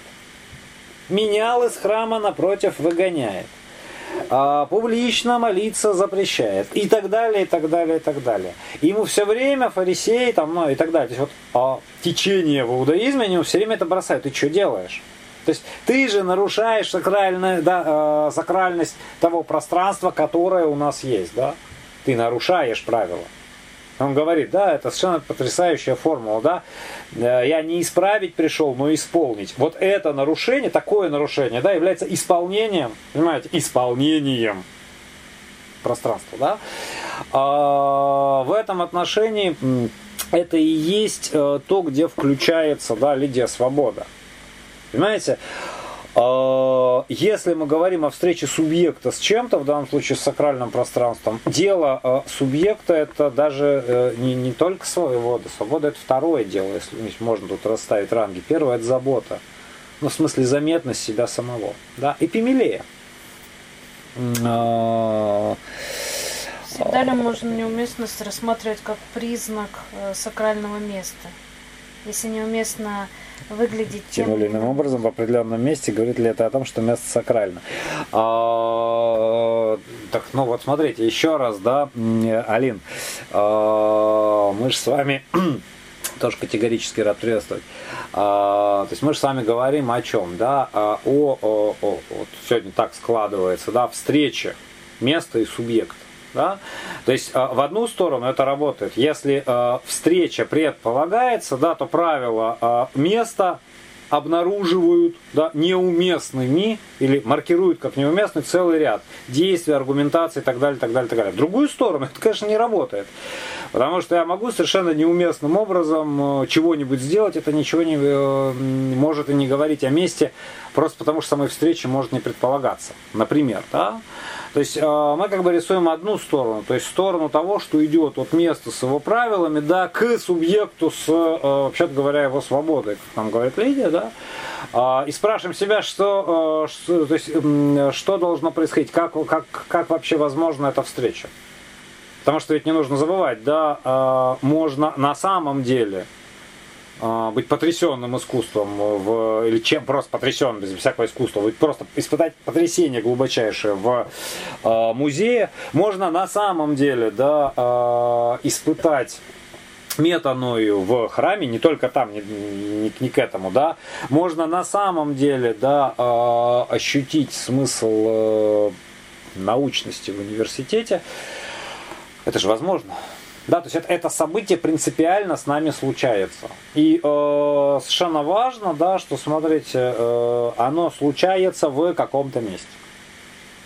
менял из храма напротив выгоняет, э, публично молиться запрещает и так далее, и так далее, и так далее. И ему все время фарисеи там, ну и так далее. То есть вот э, течение в иудаизме, они ему все время это бросают. Ты что делаешь? То есть ты же нарушаешь сакральную, да, э, сакральность того пространства, которое у нас есть. Да? Ты нарушаешь правила. Он говорит, да, это совершенно потрясающая формула, да, я не исправить пришел, но исполнить. Вот это нарушение, такое нарушение, да, является исполнением, понимаете, исполнением пространства, да. А, в этом отношении это и есть то, где включается, да, Лидия Свобода. Понимаете? Если мы говорим о встрече субъекта с чем-то, в данном случае с сакральным пространством, дело субъекта это даже не, не только свобода. Свобода это второе дело, если можно тут расставить ранги. Первое это забота. Ну, в смысле заметность себя самого. Да? Эпимелея. Всегда ли можно неуместность рассматривать как признак сакрального места? Если неуместно выглядеть тем, тем или иным образом в определенном месте, говорит ли это о том, что место сакрально. А, так, ну вот смотрите, еще раз, да, Алин, а, мы же с вами тоже категорически рад приветствовать. А, то есть мы же с вами говорим о чем, да, о, о, о, о вот сегодня так складывается, да, встрече места и субъекта. Да? То есть в одну сторону это работает. Если э, встреча предполагается, да, то правила э, места обнаруживают, да, неуместными или маркируют как неуместный целый ряд действий, аргументаций и так далее, так далее, так далее. В другую сторону это, конечно, не работает. Потому что я могу совершенно неуместным образом чего-нибудь сделать, это ничего не э, может и не говорить о месте, просто потому что самой встречи может не предполагаться. Например, да? То есть э, мы как бы рисуем одну сторону, то есть сторону того, что идет от места с его правилами, да, к субъекту с, э, вообще-то говоря, его свободой, как нам говорит Лидия, да, э, и спрашиваем себя, что, э, что, то есть, э, что должно происходить, как, как, как вообще возможна эта встреча. Потому что ведь не нужно забывать, да, э, можно на самом деле быть потрясенным искусством, в, или чем просто потрясенным, без всякого искусства, просто испытать потрясение глубочайшее в э, музее, можно на самом деле, да, э, испытать метаною в храме, не только там, не, не, не к этому, да, можно на самом деле, да, э, ощутить смысл э, научности в университете. Это же возможно. Да, то есть это, это событие принципиально с нами случается. И э, совершенно важно, да, что, смотрите, э, оно случается в каком-то месте.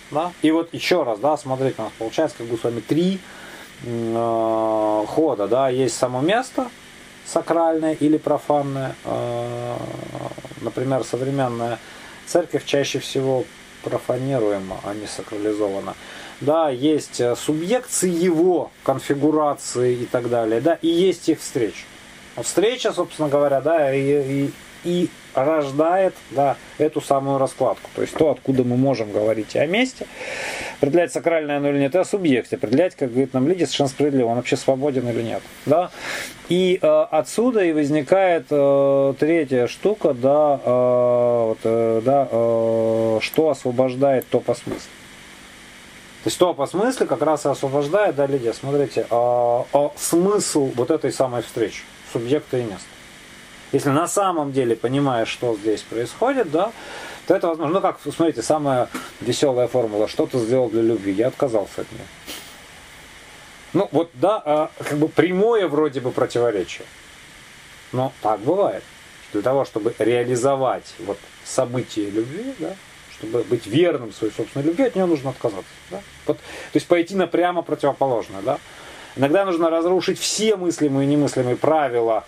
Да? И вот еще раз, да, смотрите, у нас получается как бы с вами три э, хода. Да? Есть само место, сакральное или профанное. Э, например, современная церковь чаще всего профанируема, а не сакрализована. Да, есть субъекции его конфигурации и так далее, да, и есть их встреча. Встреча, собственно говоря, да, и, и, и рождает, да, эту самую раскладку. То есть то, откуда мы можем говорить о месте, определять сакральное оно или нет, и о субъекте, определять, как говорит нам Лидия, совершенно справедливо, он вообще свободен или нет. Да? И э, отсюда и возникает э, третья штука, да, э, вот, э, да э, что освобождает то по смыслу. То есть то по смыслу как раз и освобождает, да, Лидия, смотрите, э, э, смысл вот этой самой встречи, субъекта и места. Если на самом деле понимаешь, что здесь происходит, да, то это возможно. Ну как, смотрите, самая веселая формула, что ты сделал для любви, я отказался от нее. Ну вот, да, как бы прямое вроде бы противоречие. Но так бывает. Для того, чтобы реализовать вот событие любви, да, чтобы быть верным своей собственной любви, от нее нужно отказаться. Да? Вот, то есть пойти на прямо противоположное. Да? Иногда нужно разрушить все мыслимые и немыслимые правила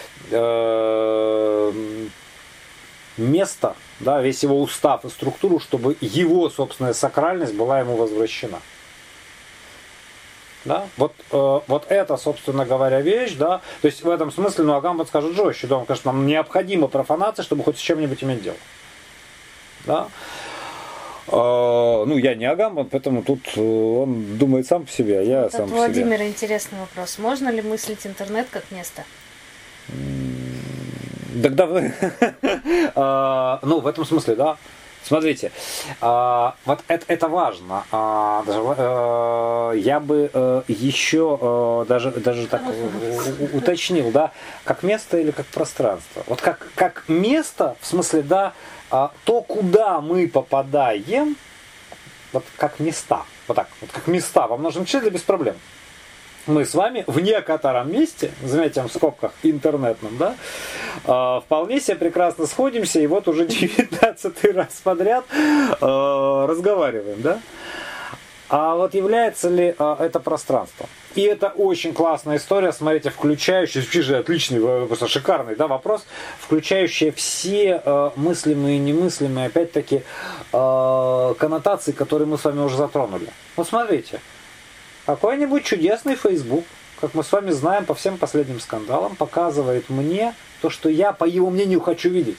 э, места, да, весь его устав и структуру, чтобы его собственная сакральность была ему возвращена. Да? Вот, э, вот это, собственно говоря, вещь, да, то есть в этом смысле, ну, Агамбат скажет жестче, да, он скажет, нам необходима профанация, чтобы хоть с чем-нибудь иметь дело. Да? Э, ну, я не Агамбат, поэтому тут он думает сам по себе, а я вот сам по Владимир, себе. интересный вопрос. Можно ли мыслить интернет как место? Тогда вы... Ну, в этом смысле, да. Смотрите, вот это, это важно. Я бы еще даже, даже так уточнил, да, как место или как пространство. Вот как, как место, в смысле, да, то, куда мы попадаем, вот как места, вот так, вот как места во множественном числе без проблем. Мы с вами в некотором месте, заметим в скобках интернетном, да, э, вполне себе прекрасно сходимся и вот уже девятнадцатый раз подряд э, разговариваем, да. А вот является ли э, это пространство? И это очень классная история, смотрите, включающая, вообще же отличный, просто шикарный, да, вопрос, включающая все э, мыслимые и немыслимые, опять-таки, э, коннотации, которые мы с вами уже затронули. Вот смотрите. Какой-нибудь чудесный Facebook, как мы с вами знаем по всем последним скандалам, показывает мне то, что я, по его мнению, хочу видеть.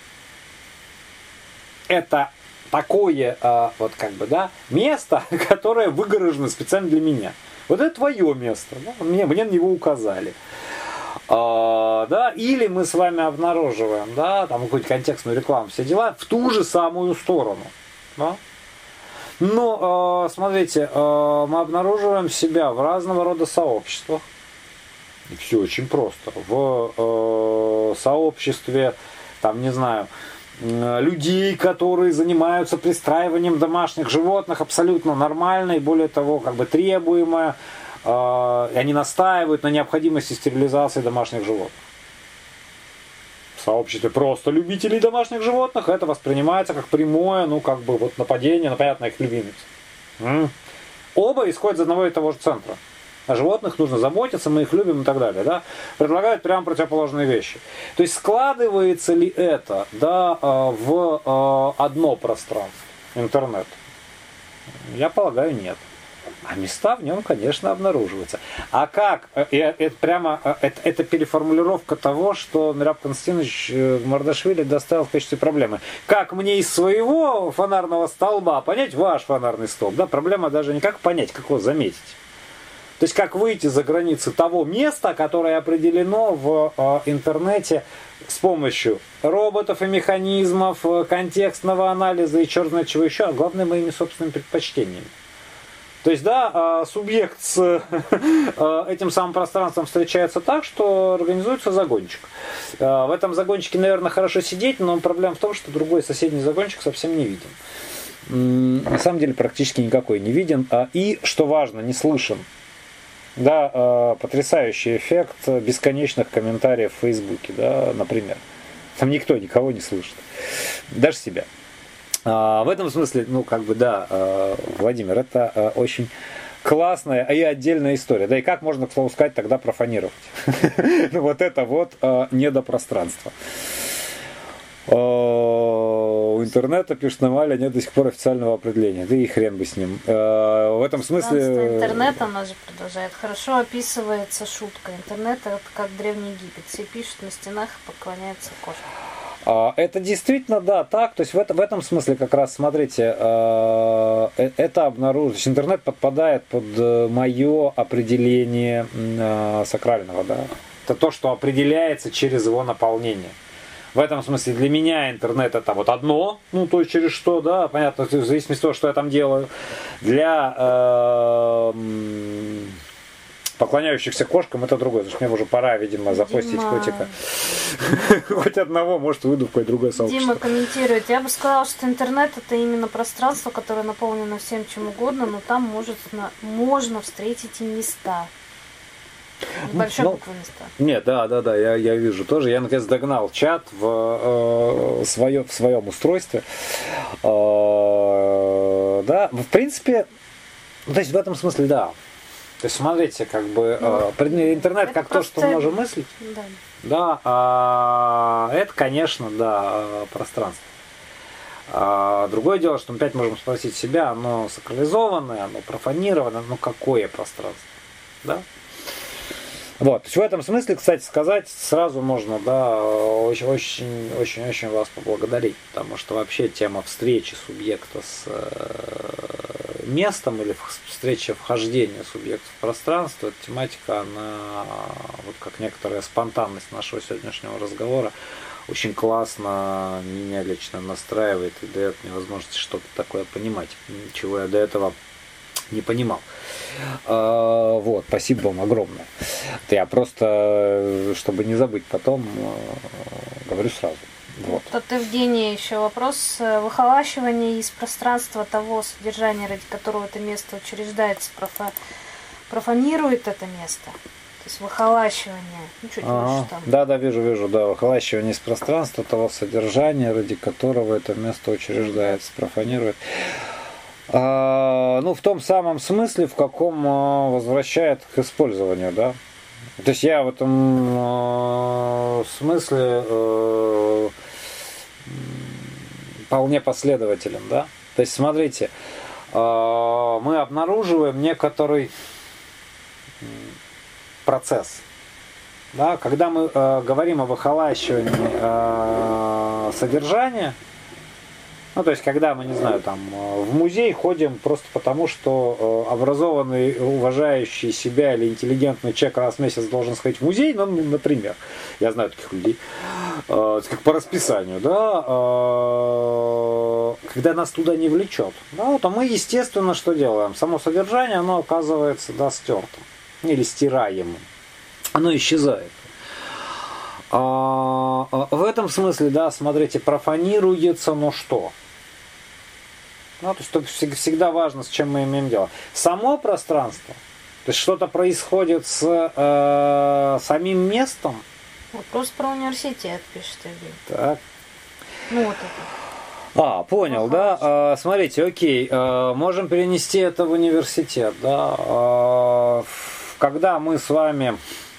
Это такое, э, вот как бы, да, место, которое выгорожено специально для меня. Вот это твое место, да? мне, мне на него указали. Э, да? Или мы с вами обнаруживаем, да, там какую-то контекстную рекламу, все дела, в ту же самую сторону. Да? Но, э, смотрите, э, мы обнаруживаем себя в разного рода сообществах. И все очень просто. В э, сообществе, там, не знаю, э, людей, которые занимаются пристраиванием домашних животных, абсолютно нормально и, более того, как бы требуемое. Э, и они настаивают на необходимости стерилизации домашних животных. В сообществе просто любителей домашних животных это воспринимается как прямое, ну, как бы, вот нападение на, понятно, их любимец. М-м. Оба исходят из одного и того же центра. О животных нужно заботиться, мы их любим и так далее, да? Предлагают прямо противоположные вещи. То есть складывается ли это, да, в одно пространство, интернет? Я полагаю, нет. А места в нем, конечно, обнаруживаются. А как? Это прямо это, это переформулировка того, что Мераб Константинович Мардашвили доставил в качестве проблемы. Как мне из своего фонарного столба понять ваш фонарный столб? Да, проблема даже не как понять, как его заметить. То есть как выйти за границы того места, которое определено в э, интернете с помощью роботов и механизмов, контекстного анализа и черт знает чего еще, а главное моими собственными предпочтениями. То есть, да, субъект с этим самым пространством встречается так, что организуется загончик. В этом загончике, наверное, хорошо сидеть, но проблема в том, что другой соседний загончик совсем не виден. На самом деле практически никакой не виден. И, что важно, не слышен. Да, потрясающий эффект бесконечных комментариев в Фейсбуке, да, например. Там никто никого не слышит. Даже себя. В этом смысле, ну, как бы, да, Владимир, это очень классная и отдельная история. Да и как можно, к слову сказать, тогда профанировать? Вот это вот недопространство. У интернета, пишет Наваля, нет до сих пор официального определения. Да и хрен бы с ним. В этом смысле... Интернет, она же продолжает. Хорошо описывается шутка. Интернет — это как Древний Египет. Все пишут на стенах и поклоняются кошкам. Это действительно, да, так. То есть в, это, в этом смысле как раз, смотрите, это обнаружить. Интернет подпадает под мое определение сакрального, да. Это то, что определяется через его наполнение. В этом смысле для меня интернет это вот одно, ну то есть через что, да, понятно, в зависимости от того, что я там делаю. Для э, поклоняющихся кошкам это другое, потому что мне уже пора, видимо, запостить Дима... котика. Хоть одного, может, выйду в какое-то другое сообщество. Дима комментирует. Я бы сказала, что интернет это именно пространство, которое наполнено всем чем угодно, но там может, можно встретить и места. Большой ну, буквы места. Нет, да, да, да, я, я вижу тоже. Я наконец догнал чат в, э, свое, в своем устройстве. Э, да, в принципе, то есть в этом смысле, да. То есть смотрите, как бы ну, э, интернет как то, что мы можем мыслить. Да. Да, а, это, конечно, да, пространство. А, другое дело, что мы опять можем спросить себя, оно сакрализованное, оно профанированное, ну какое пространство, да? Вот, в этом смысле, кстати сказать, сразу можно, да, очень-очень-очень вас поблагодарить, потому что вообще тема встречи субъекта с местом или встреча вхождения субъекта в пространство, эта тематика, она, вот как некоторая спонтанность нашего сегодняшнего разговора, очень классно меня лично настраивает и дает мне возможность что-то такое понимать, чего я до этого не понимал. А, вот, спасибо вам огромное. Я просто, чтобы не забыть потом, говорю сразу. Вот. От Евгения еще вопрос. Выхолащивание из пространства того содержания, ради которого это место учреждается, профа... профанирует это место. То есть выхолащивание. Ну, чуть ага. выше там. Да, да, вижу, вижу, да. Выхолащивание из пространства того содержания, ради которого это место учреждается, профанирует. А, ну, в том самом смысле, в каком а, возвращает к использованию, да. То есть я в этом а, смысле а, вполне последователен, да. То есть, смотрите, а, мы обнаруживаем некоторый процесс. Да, когда мы а, говорим о выхолащивании а, содержания, ну, то есть, когда мы, не знаю, там, в музей ходим просто потому, что образованный, уважающий себя или интеллигентный человек раз в месяц должен сходить в музей, ну, например, я знаю таких людей, как по расписанию, да, когда нас туда не влечет, да, то мы, естественно, что делаем? Само содержание, оно оказывается, да, стертым или стираемым, оно исчезает. А, в этом смысле, да, смотрите, профанируется, но что? Ну, то есть всегда важно, с чем мы имеем дело. Само пространство, то есть что-то происходит с э, самим местом. Вопрос про университет, пишет Евгений. Так. Ну вот это. А, понял, ага. Да. А, смотрите, окей, а, можем перенести это в университет, да. А, когда мы с вами,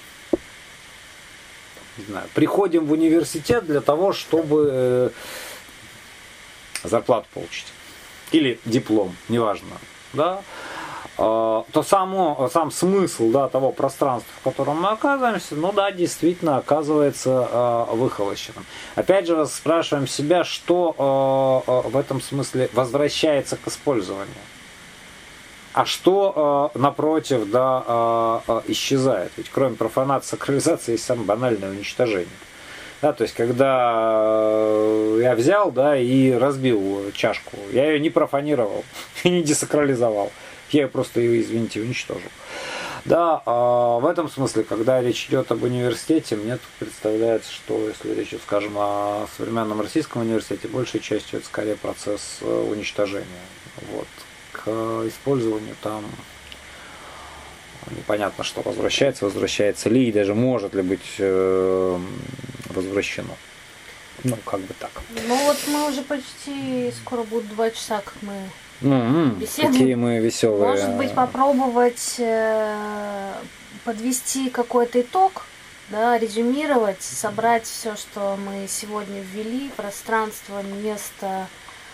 не знаю, приходим в университет для того, чтобы э, зарплату получить. Или диплом, неважно, да, то само, сам смысл, да, того пространства, в котором мы оказываемся, ну да, действительно оказывается выхолощенным. Опять же, спрашиваем себя, что в этом смысле возвращается к использованию, а что, напротив, да, исчезает. Ведь кроме профанации, сакрализации есть самое банальное уничтожение. Да, то есть, когда я взял, да, и разбил чашку, я ее не профанировал и не десакрализовал. Я ее просто, извините, уничтожил. Да, а в этом смысле, когда речь идет об университете, мне тут представляется, что если речь идет, скажем, о современном российском университете, большей частью это скорее процесс уничтожения. Вот. К использованию там непонятно, что возвращается, возвращается ли, и даже может ли быть э, возвращено. Ну, как бы так. Ну вот мы уже почти, скоро будет два часа, как мы Mm-hmm. беседуем. Какие мы веселые. Может быть, попробовать подвести какой-то итог, да, резюмировать, собрать все, что мы сегодня ввели, пространство, место,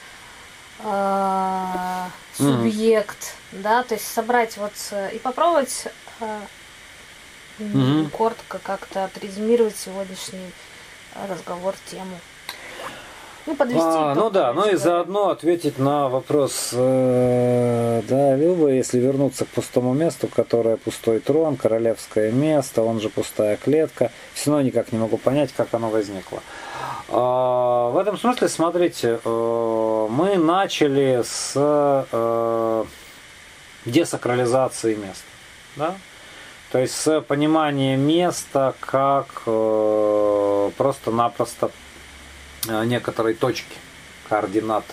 э, субъект, mm-hmm. да, то есть собрать вот и попробовать э, mm-hmm. коротко как-то отрезюмировать сегодняшний разговор, тему. Ну, подвести а, ну да, ну и заодно ответить на вопрос, э, да, Любы, если вернуться к пустому месту, которое пустой трон, королевское место, он же пустая клетка, все равно никак не могу понять, как оно возникло. А, в этом смысле, смотрите, э, мы начали с э, десакрализации места, да? То есть с понимания места как э, просто-напросто некоторой точки, координаты,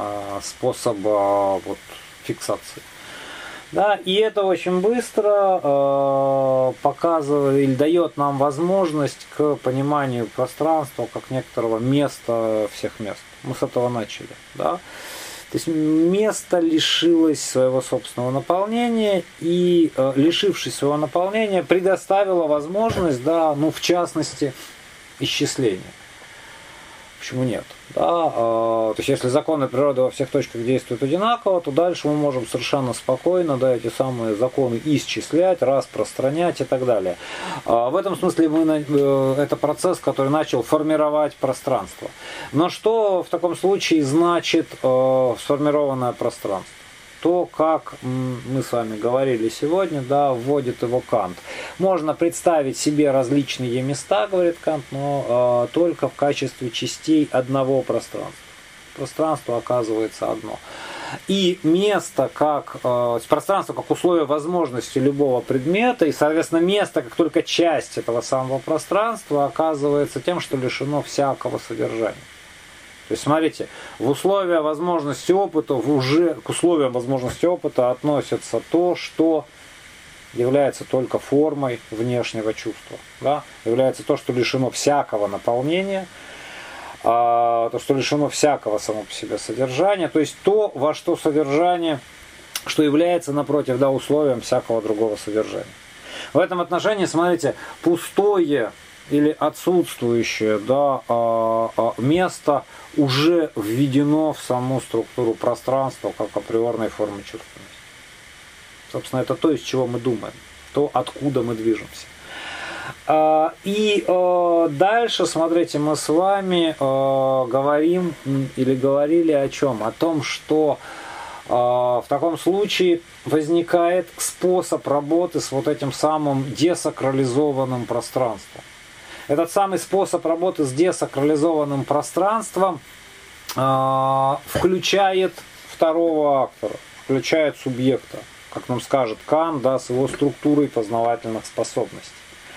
способа вот, фиксации. Да, и это очень быстро э, показывает или дает нам возможность к пониманию пространства как некоторого места всех мест. Мы с этого начали. Да? То есть место лишилось своего собственного наполнения и, э, лишившись своего наполнения, предоставило возможность, да, ну, в частности, исчисления. Почему нет? Да, э, то есть если законы природы во всех точках действуют одинаково, то дальше мы можем совершенно спокойно, да, эти самые законы исчислять, распространять и так далее. Э, в этом смысле мы, э, это процесс, который начал формировать пространство. Но что в таком случае значит э, сформированное пространство? То, как мы с вами говорили сегодня, да, вводит его Кант. Можно представить себе различные места, говорит Кант, но э, только в качестве частей одного пространства. Пространство оказывается одно. И место как э, пространство как условие возможности любого предмета, и, соответственно, место как только часть этого самого пространства оказывается тем, что лишено всякого содержания. То есть, смотрите, в условия возможности опыта, уже к условиям возможности опыта относится то, что является только формой внешнего чувства. Да? Является то, что лишено всякого наполнения, а, то, что лишено всякого само по себе содержания. То есть то, во что содержание, что является, напротив, да, условием всякого другого содержания. В этом отношении, смотрите, пустое или отсутствующее, да, место уже введено в саму структуру пространства как априорной формы чувственности. Собственно, это то, из чего мы думаем, то, откуда мы движемся. И дальше, смотрите, мы с вами говорим или говорили о чем? О том, что в таком случае возникает способ работы с вот этим самым десакрализованным пространством. Этот самый способ работы с десакрализованным пространством э, включает второго актора, включает субъекта, как нам скажет Кант, да, с его структурой познавательных способностей.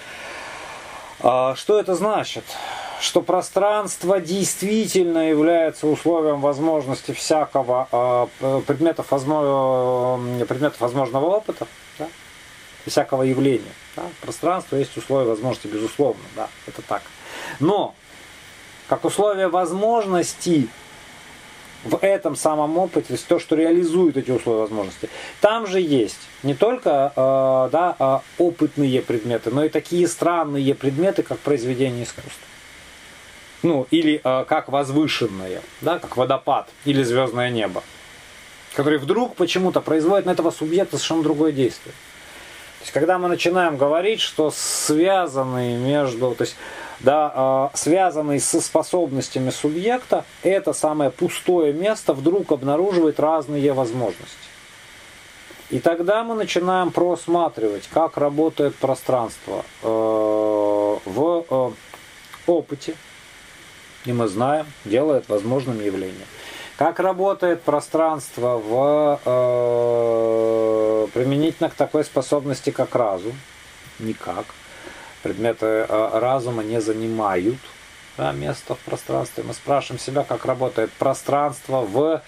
Э, что это значит? Что пространство действительно является условием возможности всякого э, предметов, возможно, предметов возможного опыта, да, всякого явления. Да? Пространство есть условие возможности, безусловно, да, это так. Но, как условие возможности в этом самом опыте, то есть то, что реализует эти условия возможности, там же есть не только э, да, э, опытные предметы, но и такие странные предметы, как произведение искусства. Ну, или э, как возвышенное, да, как водопад, или звездное небо, которые вдруг почему-то производят на этого субъекта совершенно другое действие. То есть, когда мы начинаем говорить, что связанные между, то есть, да, э, связанные со способностями субъекта, это самое пустое место вдруг обнаруживает разные возможности. И тогда мы начинаем просматривать, как работает пространство э, в э, опыте, и мы знаем, делает возможным явление. Как работает пространство в, э, применительно к такой способности, как разум? Никак. Предметы э, разума не занимают, да, место в пространстве. Мы спрашиваем себя, как работает пространство в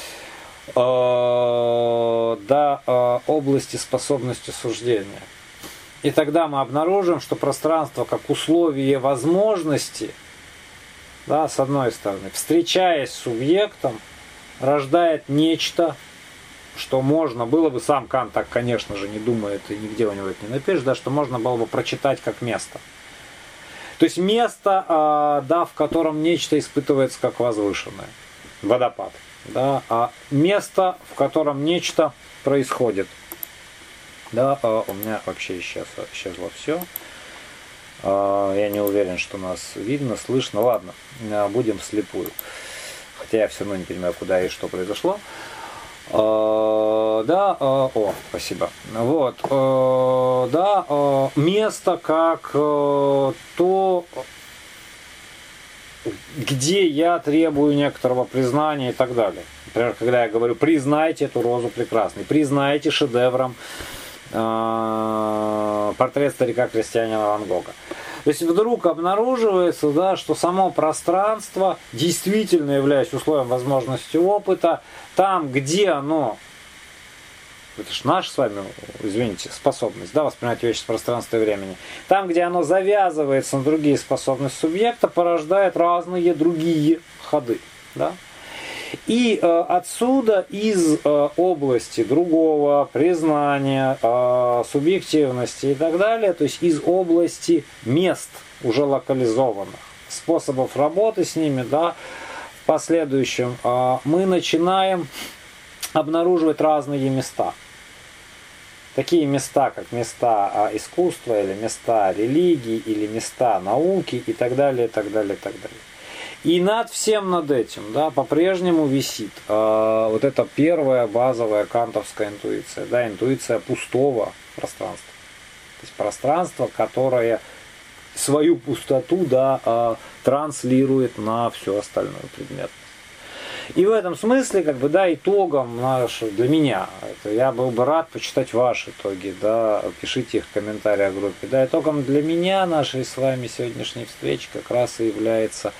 э, да, э, области способности суждения. И тогда мы обнаружим, что пространство как условие возможности да, с одной стороны, встречаясь с субъектом, рождает нечто, что можно было бы, сам Кант так, конечно же, не думает, и нигде у него это не напишешь, да, что можно было бы прочитать как место. То есть место, да, в котором нечто испытывается как возвышенное. Водопад. Да, а место, в котором нечто происходит. Да, у меня вообще исчез, исчезло все. Я не уверен, что нас видно, слышно. Ладно, будем вслепую. Хотя я все равно не понимаю, куда и что произошло. Uh, да, uh, о, спасибо. Вот, uh, да, uh, место как uh, то, где я требую некоторого признания и так далее. Например, когда я говорю, признайте эту розу прекрасной, признайте шедевром uh, портрет старика-крестьянина Ван Гога. То есть вдруг обнаруживается, да, что само пространство действительно является условием возможности опыта, там, где оно, это же наша с вами, извините, способность, да, воспринимать вещи с пространства и времени, там, где оно завязывается на другие способности субъекта, порождает разные другие ходы. Да? И э, отсюда из э, области другого признания, э, субъективности и так далее, то есть из области мест уже локализованных, способов работы с ними, да, в последующем э, мы начинаем обнаруживать разные места. Такие места, как места э, искусства, или места религии, или места науки и так далее, и так далее, и так далее. И над всем над этим, да, по-прежнему висит э, вот эта первая базовая кантовская интуиция, да, интуиция пустого пространства. То есть пространство, которое свою пустоту, да, э, транслирует на всю остальную предметность. И в этом смысле, как бы, да, итогом наш, для меня, это я был бы рад почитать ваши итоги, да, пишите их в комментариях в группе, да, итогом для меня нашей с вами сегодняшней встречи как раз и является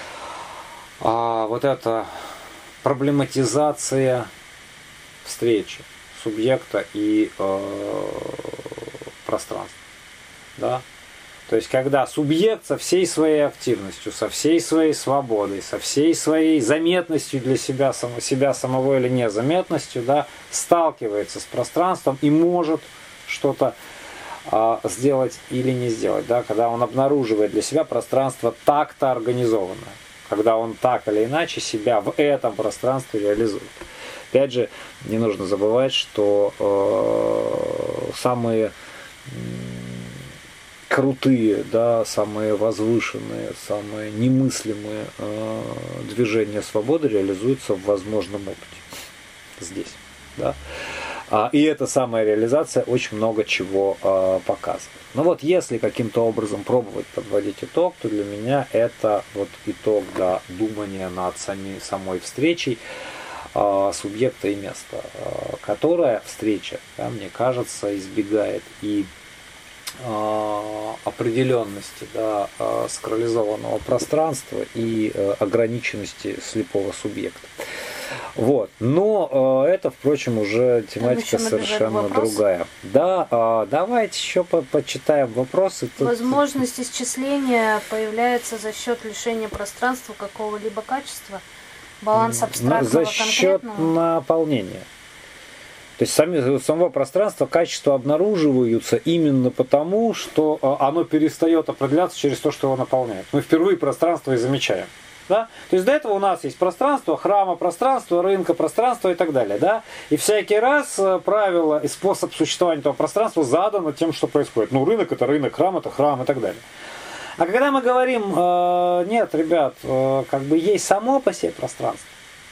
А вот эта проблематизация встречи субъекта и э, пространства. Да? То есть, когда субъект со всей своей активностью, со всей своей свободой, со всей своей заметностью для себя, само, себя самого или незаметностью, да, сталкивается с пространством и может что-то э, сделать или не сделать. Да? Когда он обнаруживает для себя пространство так-то организованное. Когда он так или иначе себя в этом пространстве реализует. Опять же, не нужно забывать, что э, самые э, крутые, да, самые возвышенные, самые немыслимые э, движения свободы реализуются в возможном опыте. Здесь. Да? А, и эта самая реализация очень много чего э, показывает. Но вот если каким-то образом пробовать подводить итог, то для меня это вот итог, да, думания над сами, самой встречей э, субъекта и места, э, которая встреча, да, мне кажется, избегает и э, определенности, да, э, сакрализованного пространства и э, ограниченности слепого субъекта. Вот. Но э, это, впрочем, уже тематика совершенно другая. Да, э, давайте еще по почитаем вопросы. Тут... Возможность исчисления появляется за счет лишения пространства какого-либо качества, баланс абстрактного за счет конкретного. Наполнения. То есть сами, самого пространства качества обнаруживаются именно потому, что оно перестает определяться через то, что его наполняет. Мы впервые пространство и замечаем. Да? То есть до этого у нас есть пространство, храма, пространство, рынка, пространство и так далее. Да? И всякий раз правило и способ существования этого пространства задано тем, что происходит. Ну, рынок это рынок, храм это храм и так далее. А когда мы говорим, э, нет, ребят, э, как бы есть само по себе пространство.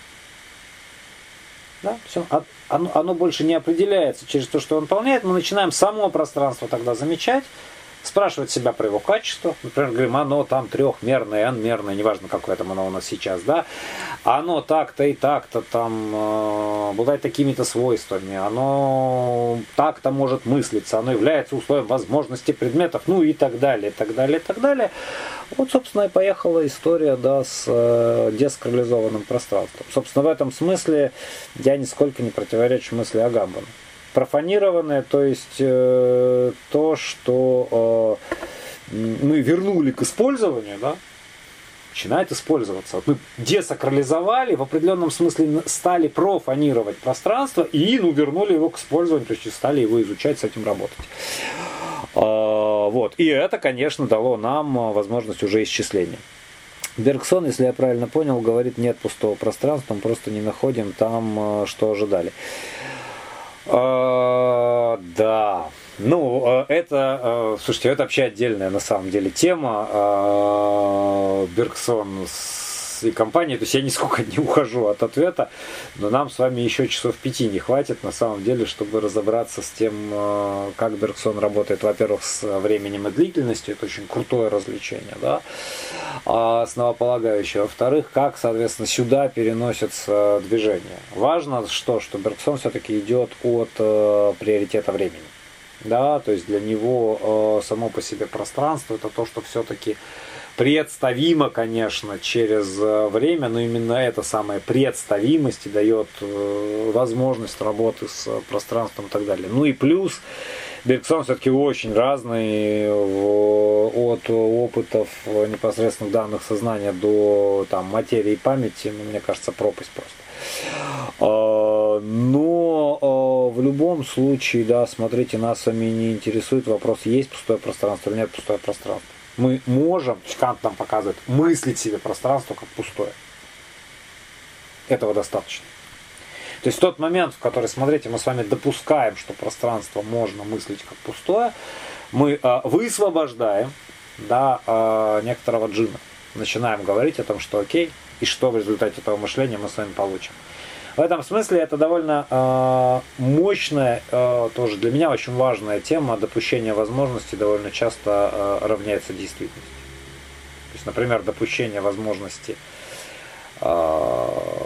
Да? Все, оно, оно больше не определяется через то, что он наполняет. Мы начинаем само пространство тогда замечать, спрашивать себя про его качество. Например, говорим, оно там трехмерное, n-мерное, неважно, какое там оно у нас сейчас, да. Оно так-то и так-то там э, обладает такими-то свойствами. Оно так-то может мыслиться. Оно является условием возможности предметов, ну и так далее, и так далее, и так далее. Вот, собственно, и поехала история, да, с э, десакрализованным пространством. Собственно, в этом смысле я нисколько не противоречу мысли Агамбена. Профанированное, то есть э, то, что э, мы вернули к использованию, да, начинает использоваться. Вот мы десакрализовали, в определенном смысле стали профанировать пространство и ну, вернули его к использованию, то есть стали его изучать, с этим работать. Вот. И это, конечно, дало нам возможность уже исчисления. Бергсон, если я правильно понял, говорит, нет пустого пространства, мы просто не находим там, что ожидали. А, да. Ну, это, слушайте, это вообще отдельная на самом деле тема. Бергсон и компания, то есть я нисколько не ухожу от ответа, но нам с вами еще часов пяти не хватит на самом деле, чтобы разобраться с тем, как Бергсон работает, во-первых, с временем и длительностью, это очень крутое развлечение, да, основополагающее, во-вторых, как, соответственно, сюда переносится движение. Важно, что, что Бергсон все-таки идет от приоритета времени. Да, то есть для него э, само по себе пространство это то, что все-таки представимо, конечно, через время, но именно эта самая представимость и дает э, возможность работы с пространством и так далее. Ну и плюс Бергсон все-таки очень разный от опытов непосредственных данных сознания до там, материи и памяти, ну, мне кажется, пропасть просто. Но в любом случае, да, смотрите, нас с вами не интересует вопрос, есть пустое пространство или нет пустое пространство. Мы можем, Кант нам показывает, мыслить себе пространство как пустое. Этого достаточно. То есть в тот момент, в который, смотрите, мы с вами допускаем, что пространство можно мыслить как пустое, мы высвобождаем, да, некоторого джина. Начинаем говорить о том, что окей, и что в результате этого мышления мы с вами получим. В этом смысле это довольно э, мощная, э, тоже для меня очень важная тема. Допущение возможностей довольно часто э, равняется действительности. То есть, например, допущение возможности, э,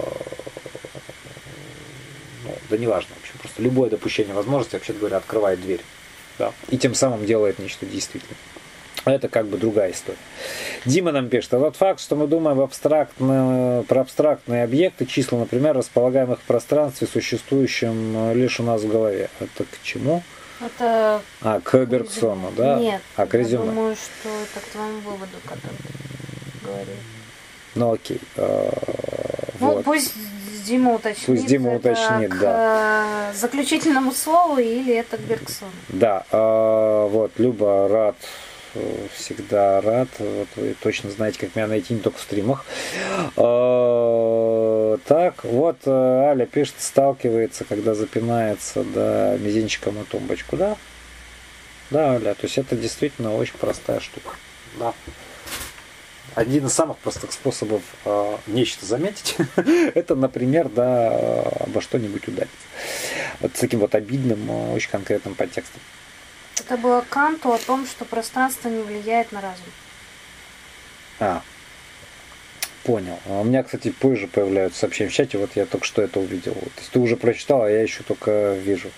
ну, да неважно, в общем, просто любое допущение возможности, вообще говоря, открывает дверь, да, и тем самым делает нечто действительное. Это как бы другая история. Дима нам пишет, а тот факт, что мы думаем абстрактно, про абстрактные объекты, числа, например, располагаемых в пространстве, существующем лишь у нас в голове. Это к чему? Это... А, к Бергсону, да? Нет, а, к резюме. Я думаю, что это к твоему выводу, который ты говорил. Ну окей. А, ну, вот. Пусть Дима уточнит. Пусть Дима это уточнит, к да. заключительному слову или это к Бергсону? Да, а, вот, Люба, рад... Всегда рад. Вот вы точно знаете, как меня найти не только в стримах. Так, вот Аля пишет, сталкивается, когда запинается, да, мизинчиком о тумбочку. Да? Да, Аля, то есть это действительно очень простая штука. Да. Один из самых простых способов э, нечто заметить, это, например, да, обо что-нибудь удариться. Вот с таким вот обидным, очень конкретным подтекстом. Это было Канту о том, что пространство не влияет на разум. А, понял. А у меня, кстати, позже появляются сообщения в чате, вот я только что это увидел. То есть ты уже прочитал, а я еще только вижу.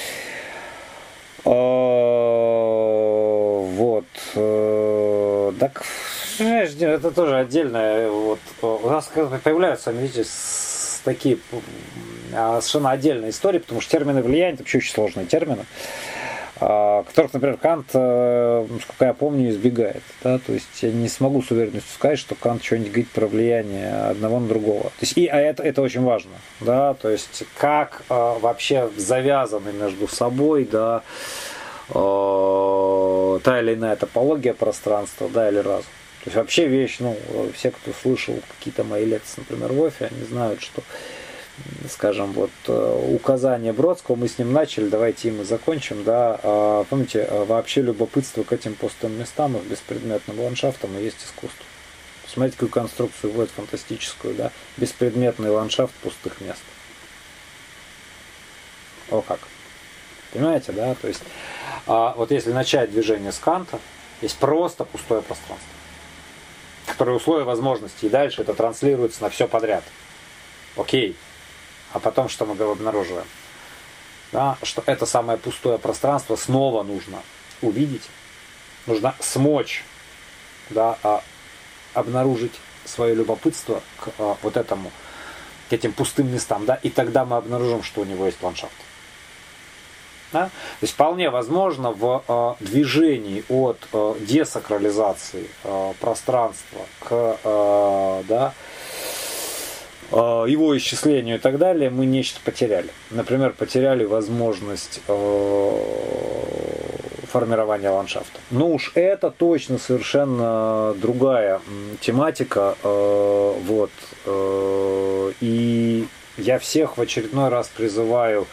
Вот. Так, это тоже отдельное. Вот. У нас появляются, видите, такие совершенно отдельные истории, потому что термины влияния — это вообще очень сложные термины, которых, например, Кант, насколько я помню, избегает. Да? То есть я не смогу с уверенностью сказать, что Кант что-нибудь говорит про влияние одного на другого. То есть, и, а это, это очень важно. Да? То есть как э, вообще завязаны между собой, да, э, та или иная топология пространства, да, или разум. То есть вообще вещь, ну, все, кто слышал какие-то мои лекции, например, в ОФИ, они знают, что, скажем, вот указание Бродского, мы с ним начали, давайте им и закончим, да, помните, вообще любопытство к этим пустым местам и к беспредметным ландшафтам и есть искусство. Смотрите, какую конструкцию вводит фантастическую, да, беспредметный ландшафт пустых мест. О как. Понимаете, да, то есть, вот если начать движение с Канта, есть просто пустое пространство, которое условие возможностей, и дальше это транслируется на все подряд. Окей. А потом что мы обнаруживаем? Да, что это самое пустое пространство снова нужно увидеть, нужно смочь, да, а, обнаружить свое любопытство к а, вот этому, к этим пустым местам, да, и тогда мы обнаружим, что у него есть ландшафт. Да? То есть вполне возможно в э, движении от э, десакрализации э, пространства к э, да, э, его исчислению и так далее мы нечто потеряли. Например, потеряли возможность э, формирования ландшафта. Ну уж это точно совершенно другая тематика. Э, вот, э, и я всех в очередной раз призываю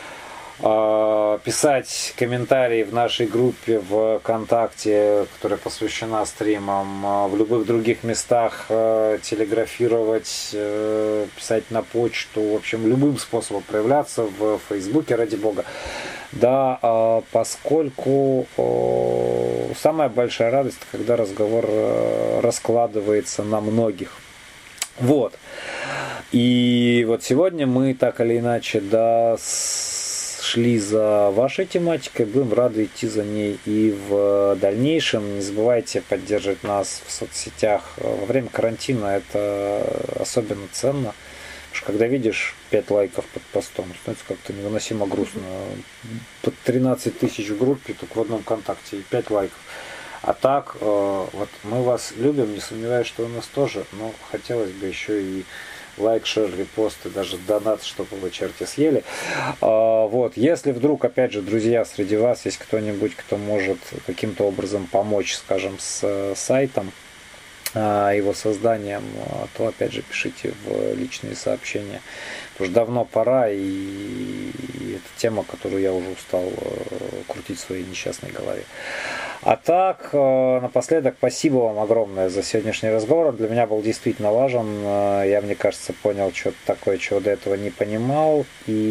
писать комментарии в нашей группе ВКонтакте, которая посвящена стримам, в любых других местах, телеграфировать, писать на почту, в общем, любым способом проявляться в Фейсбуке, ради бога. Да, поскольку самая большая радость, когда разговор раскладывается на многих. Вот. И вот сегодня мы так или иначе, да, шли за вашей тематикой, будем рады идти за ней и в дальнейшем. Не забывайте поддерживать нас в соцсетях. Во время карантина это особенно ценно, потому что когда видишь пять лайков под постом, становится как-то невыносимо грустно. Под тринадцать тысяч в группе, только в одном контакте и пять лайков. А так, вот мы вас любим, не сомневаюсь, что вы нас тоже, но хотелось бы еще и лайк, шер, репосты, даже донат, чтобы вы черти съели. А, вот, если вдруг, опять же, друзья, среди вас есть кто-нибудь, кто может каким-то образом помочь, скажем, с сайтом, а, его созданием, то, опять же, пишите в личные сообщения. Потому что давно пора, и, и это тема, которую я уже устал крутить в своей несчастной голове. А так, напоследок, спасибо вам огромное за сегодняшний разговор. Он для меня был действительно важен. Я, мне кажется, понял что-то такое, чего до этого не понимал.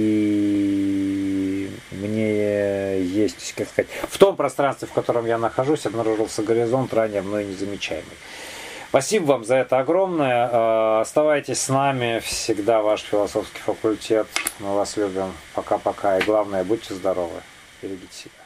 И мне есть, как сказать, в том пространстве, в котором я нахожусь, обнаружился горизонт, ранее мной незамечаемый. Спасибо вам за это огромное. Оставайтесь с нами. Всегда ваш философский факультет. Мы вас любим. Пока-пока. И главное, будьте здоровы. Берегите себя.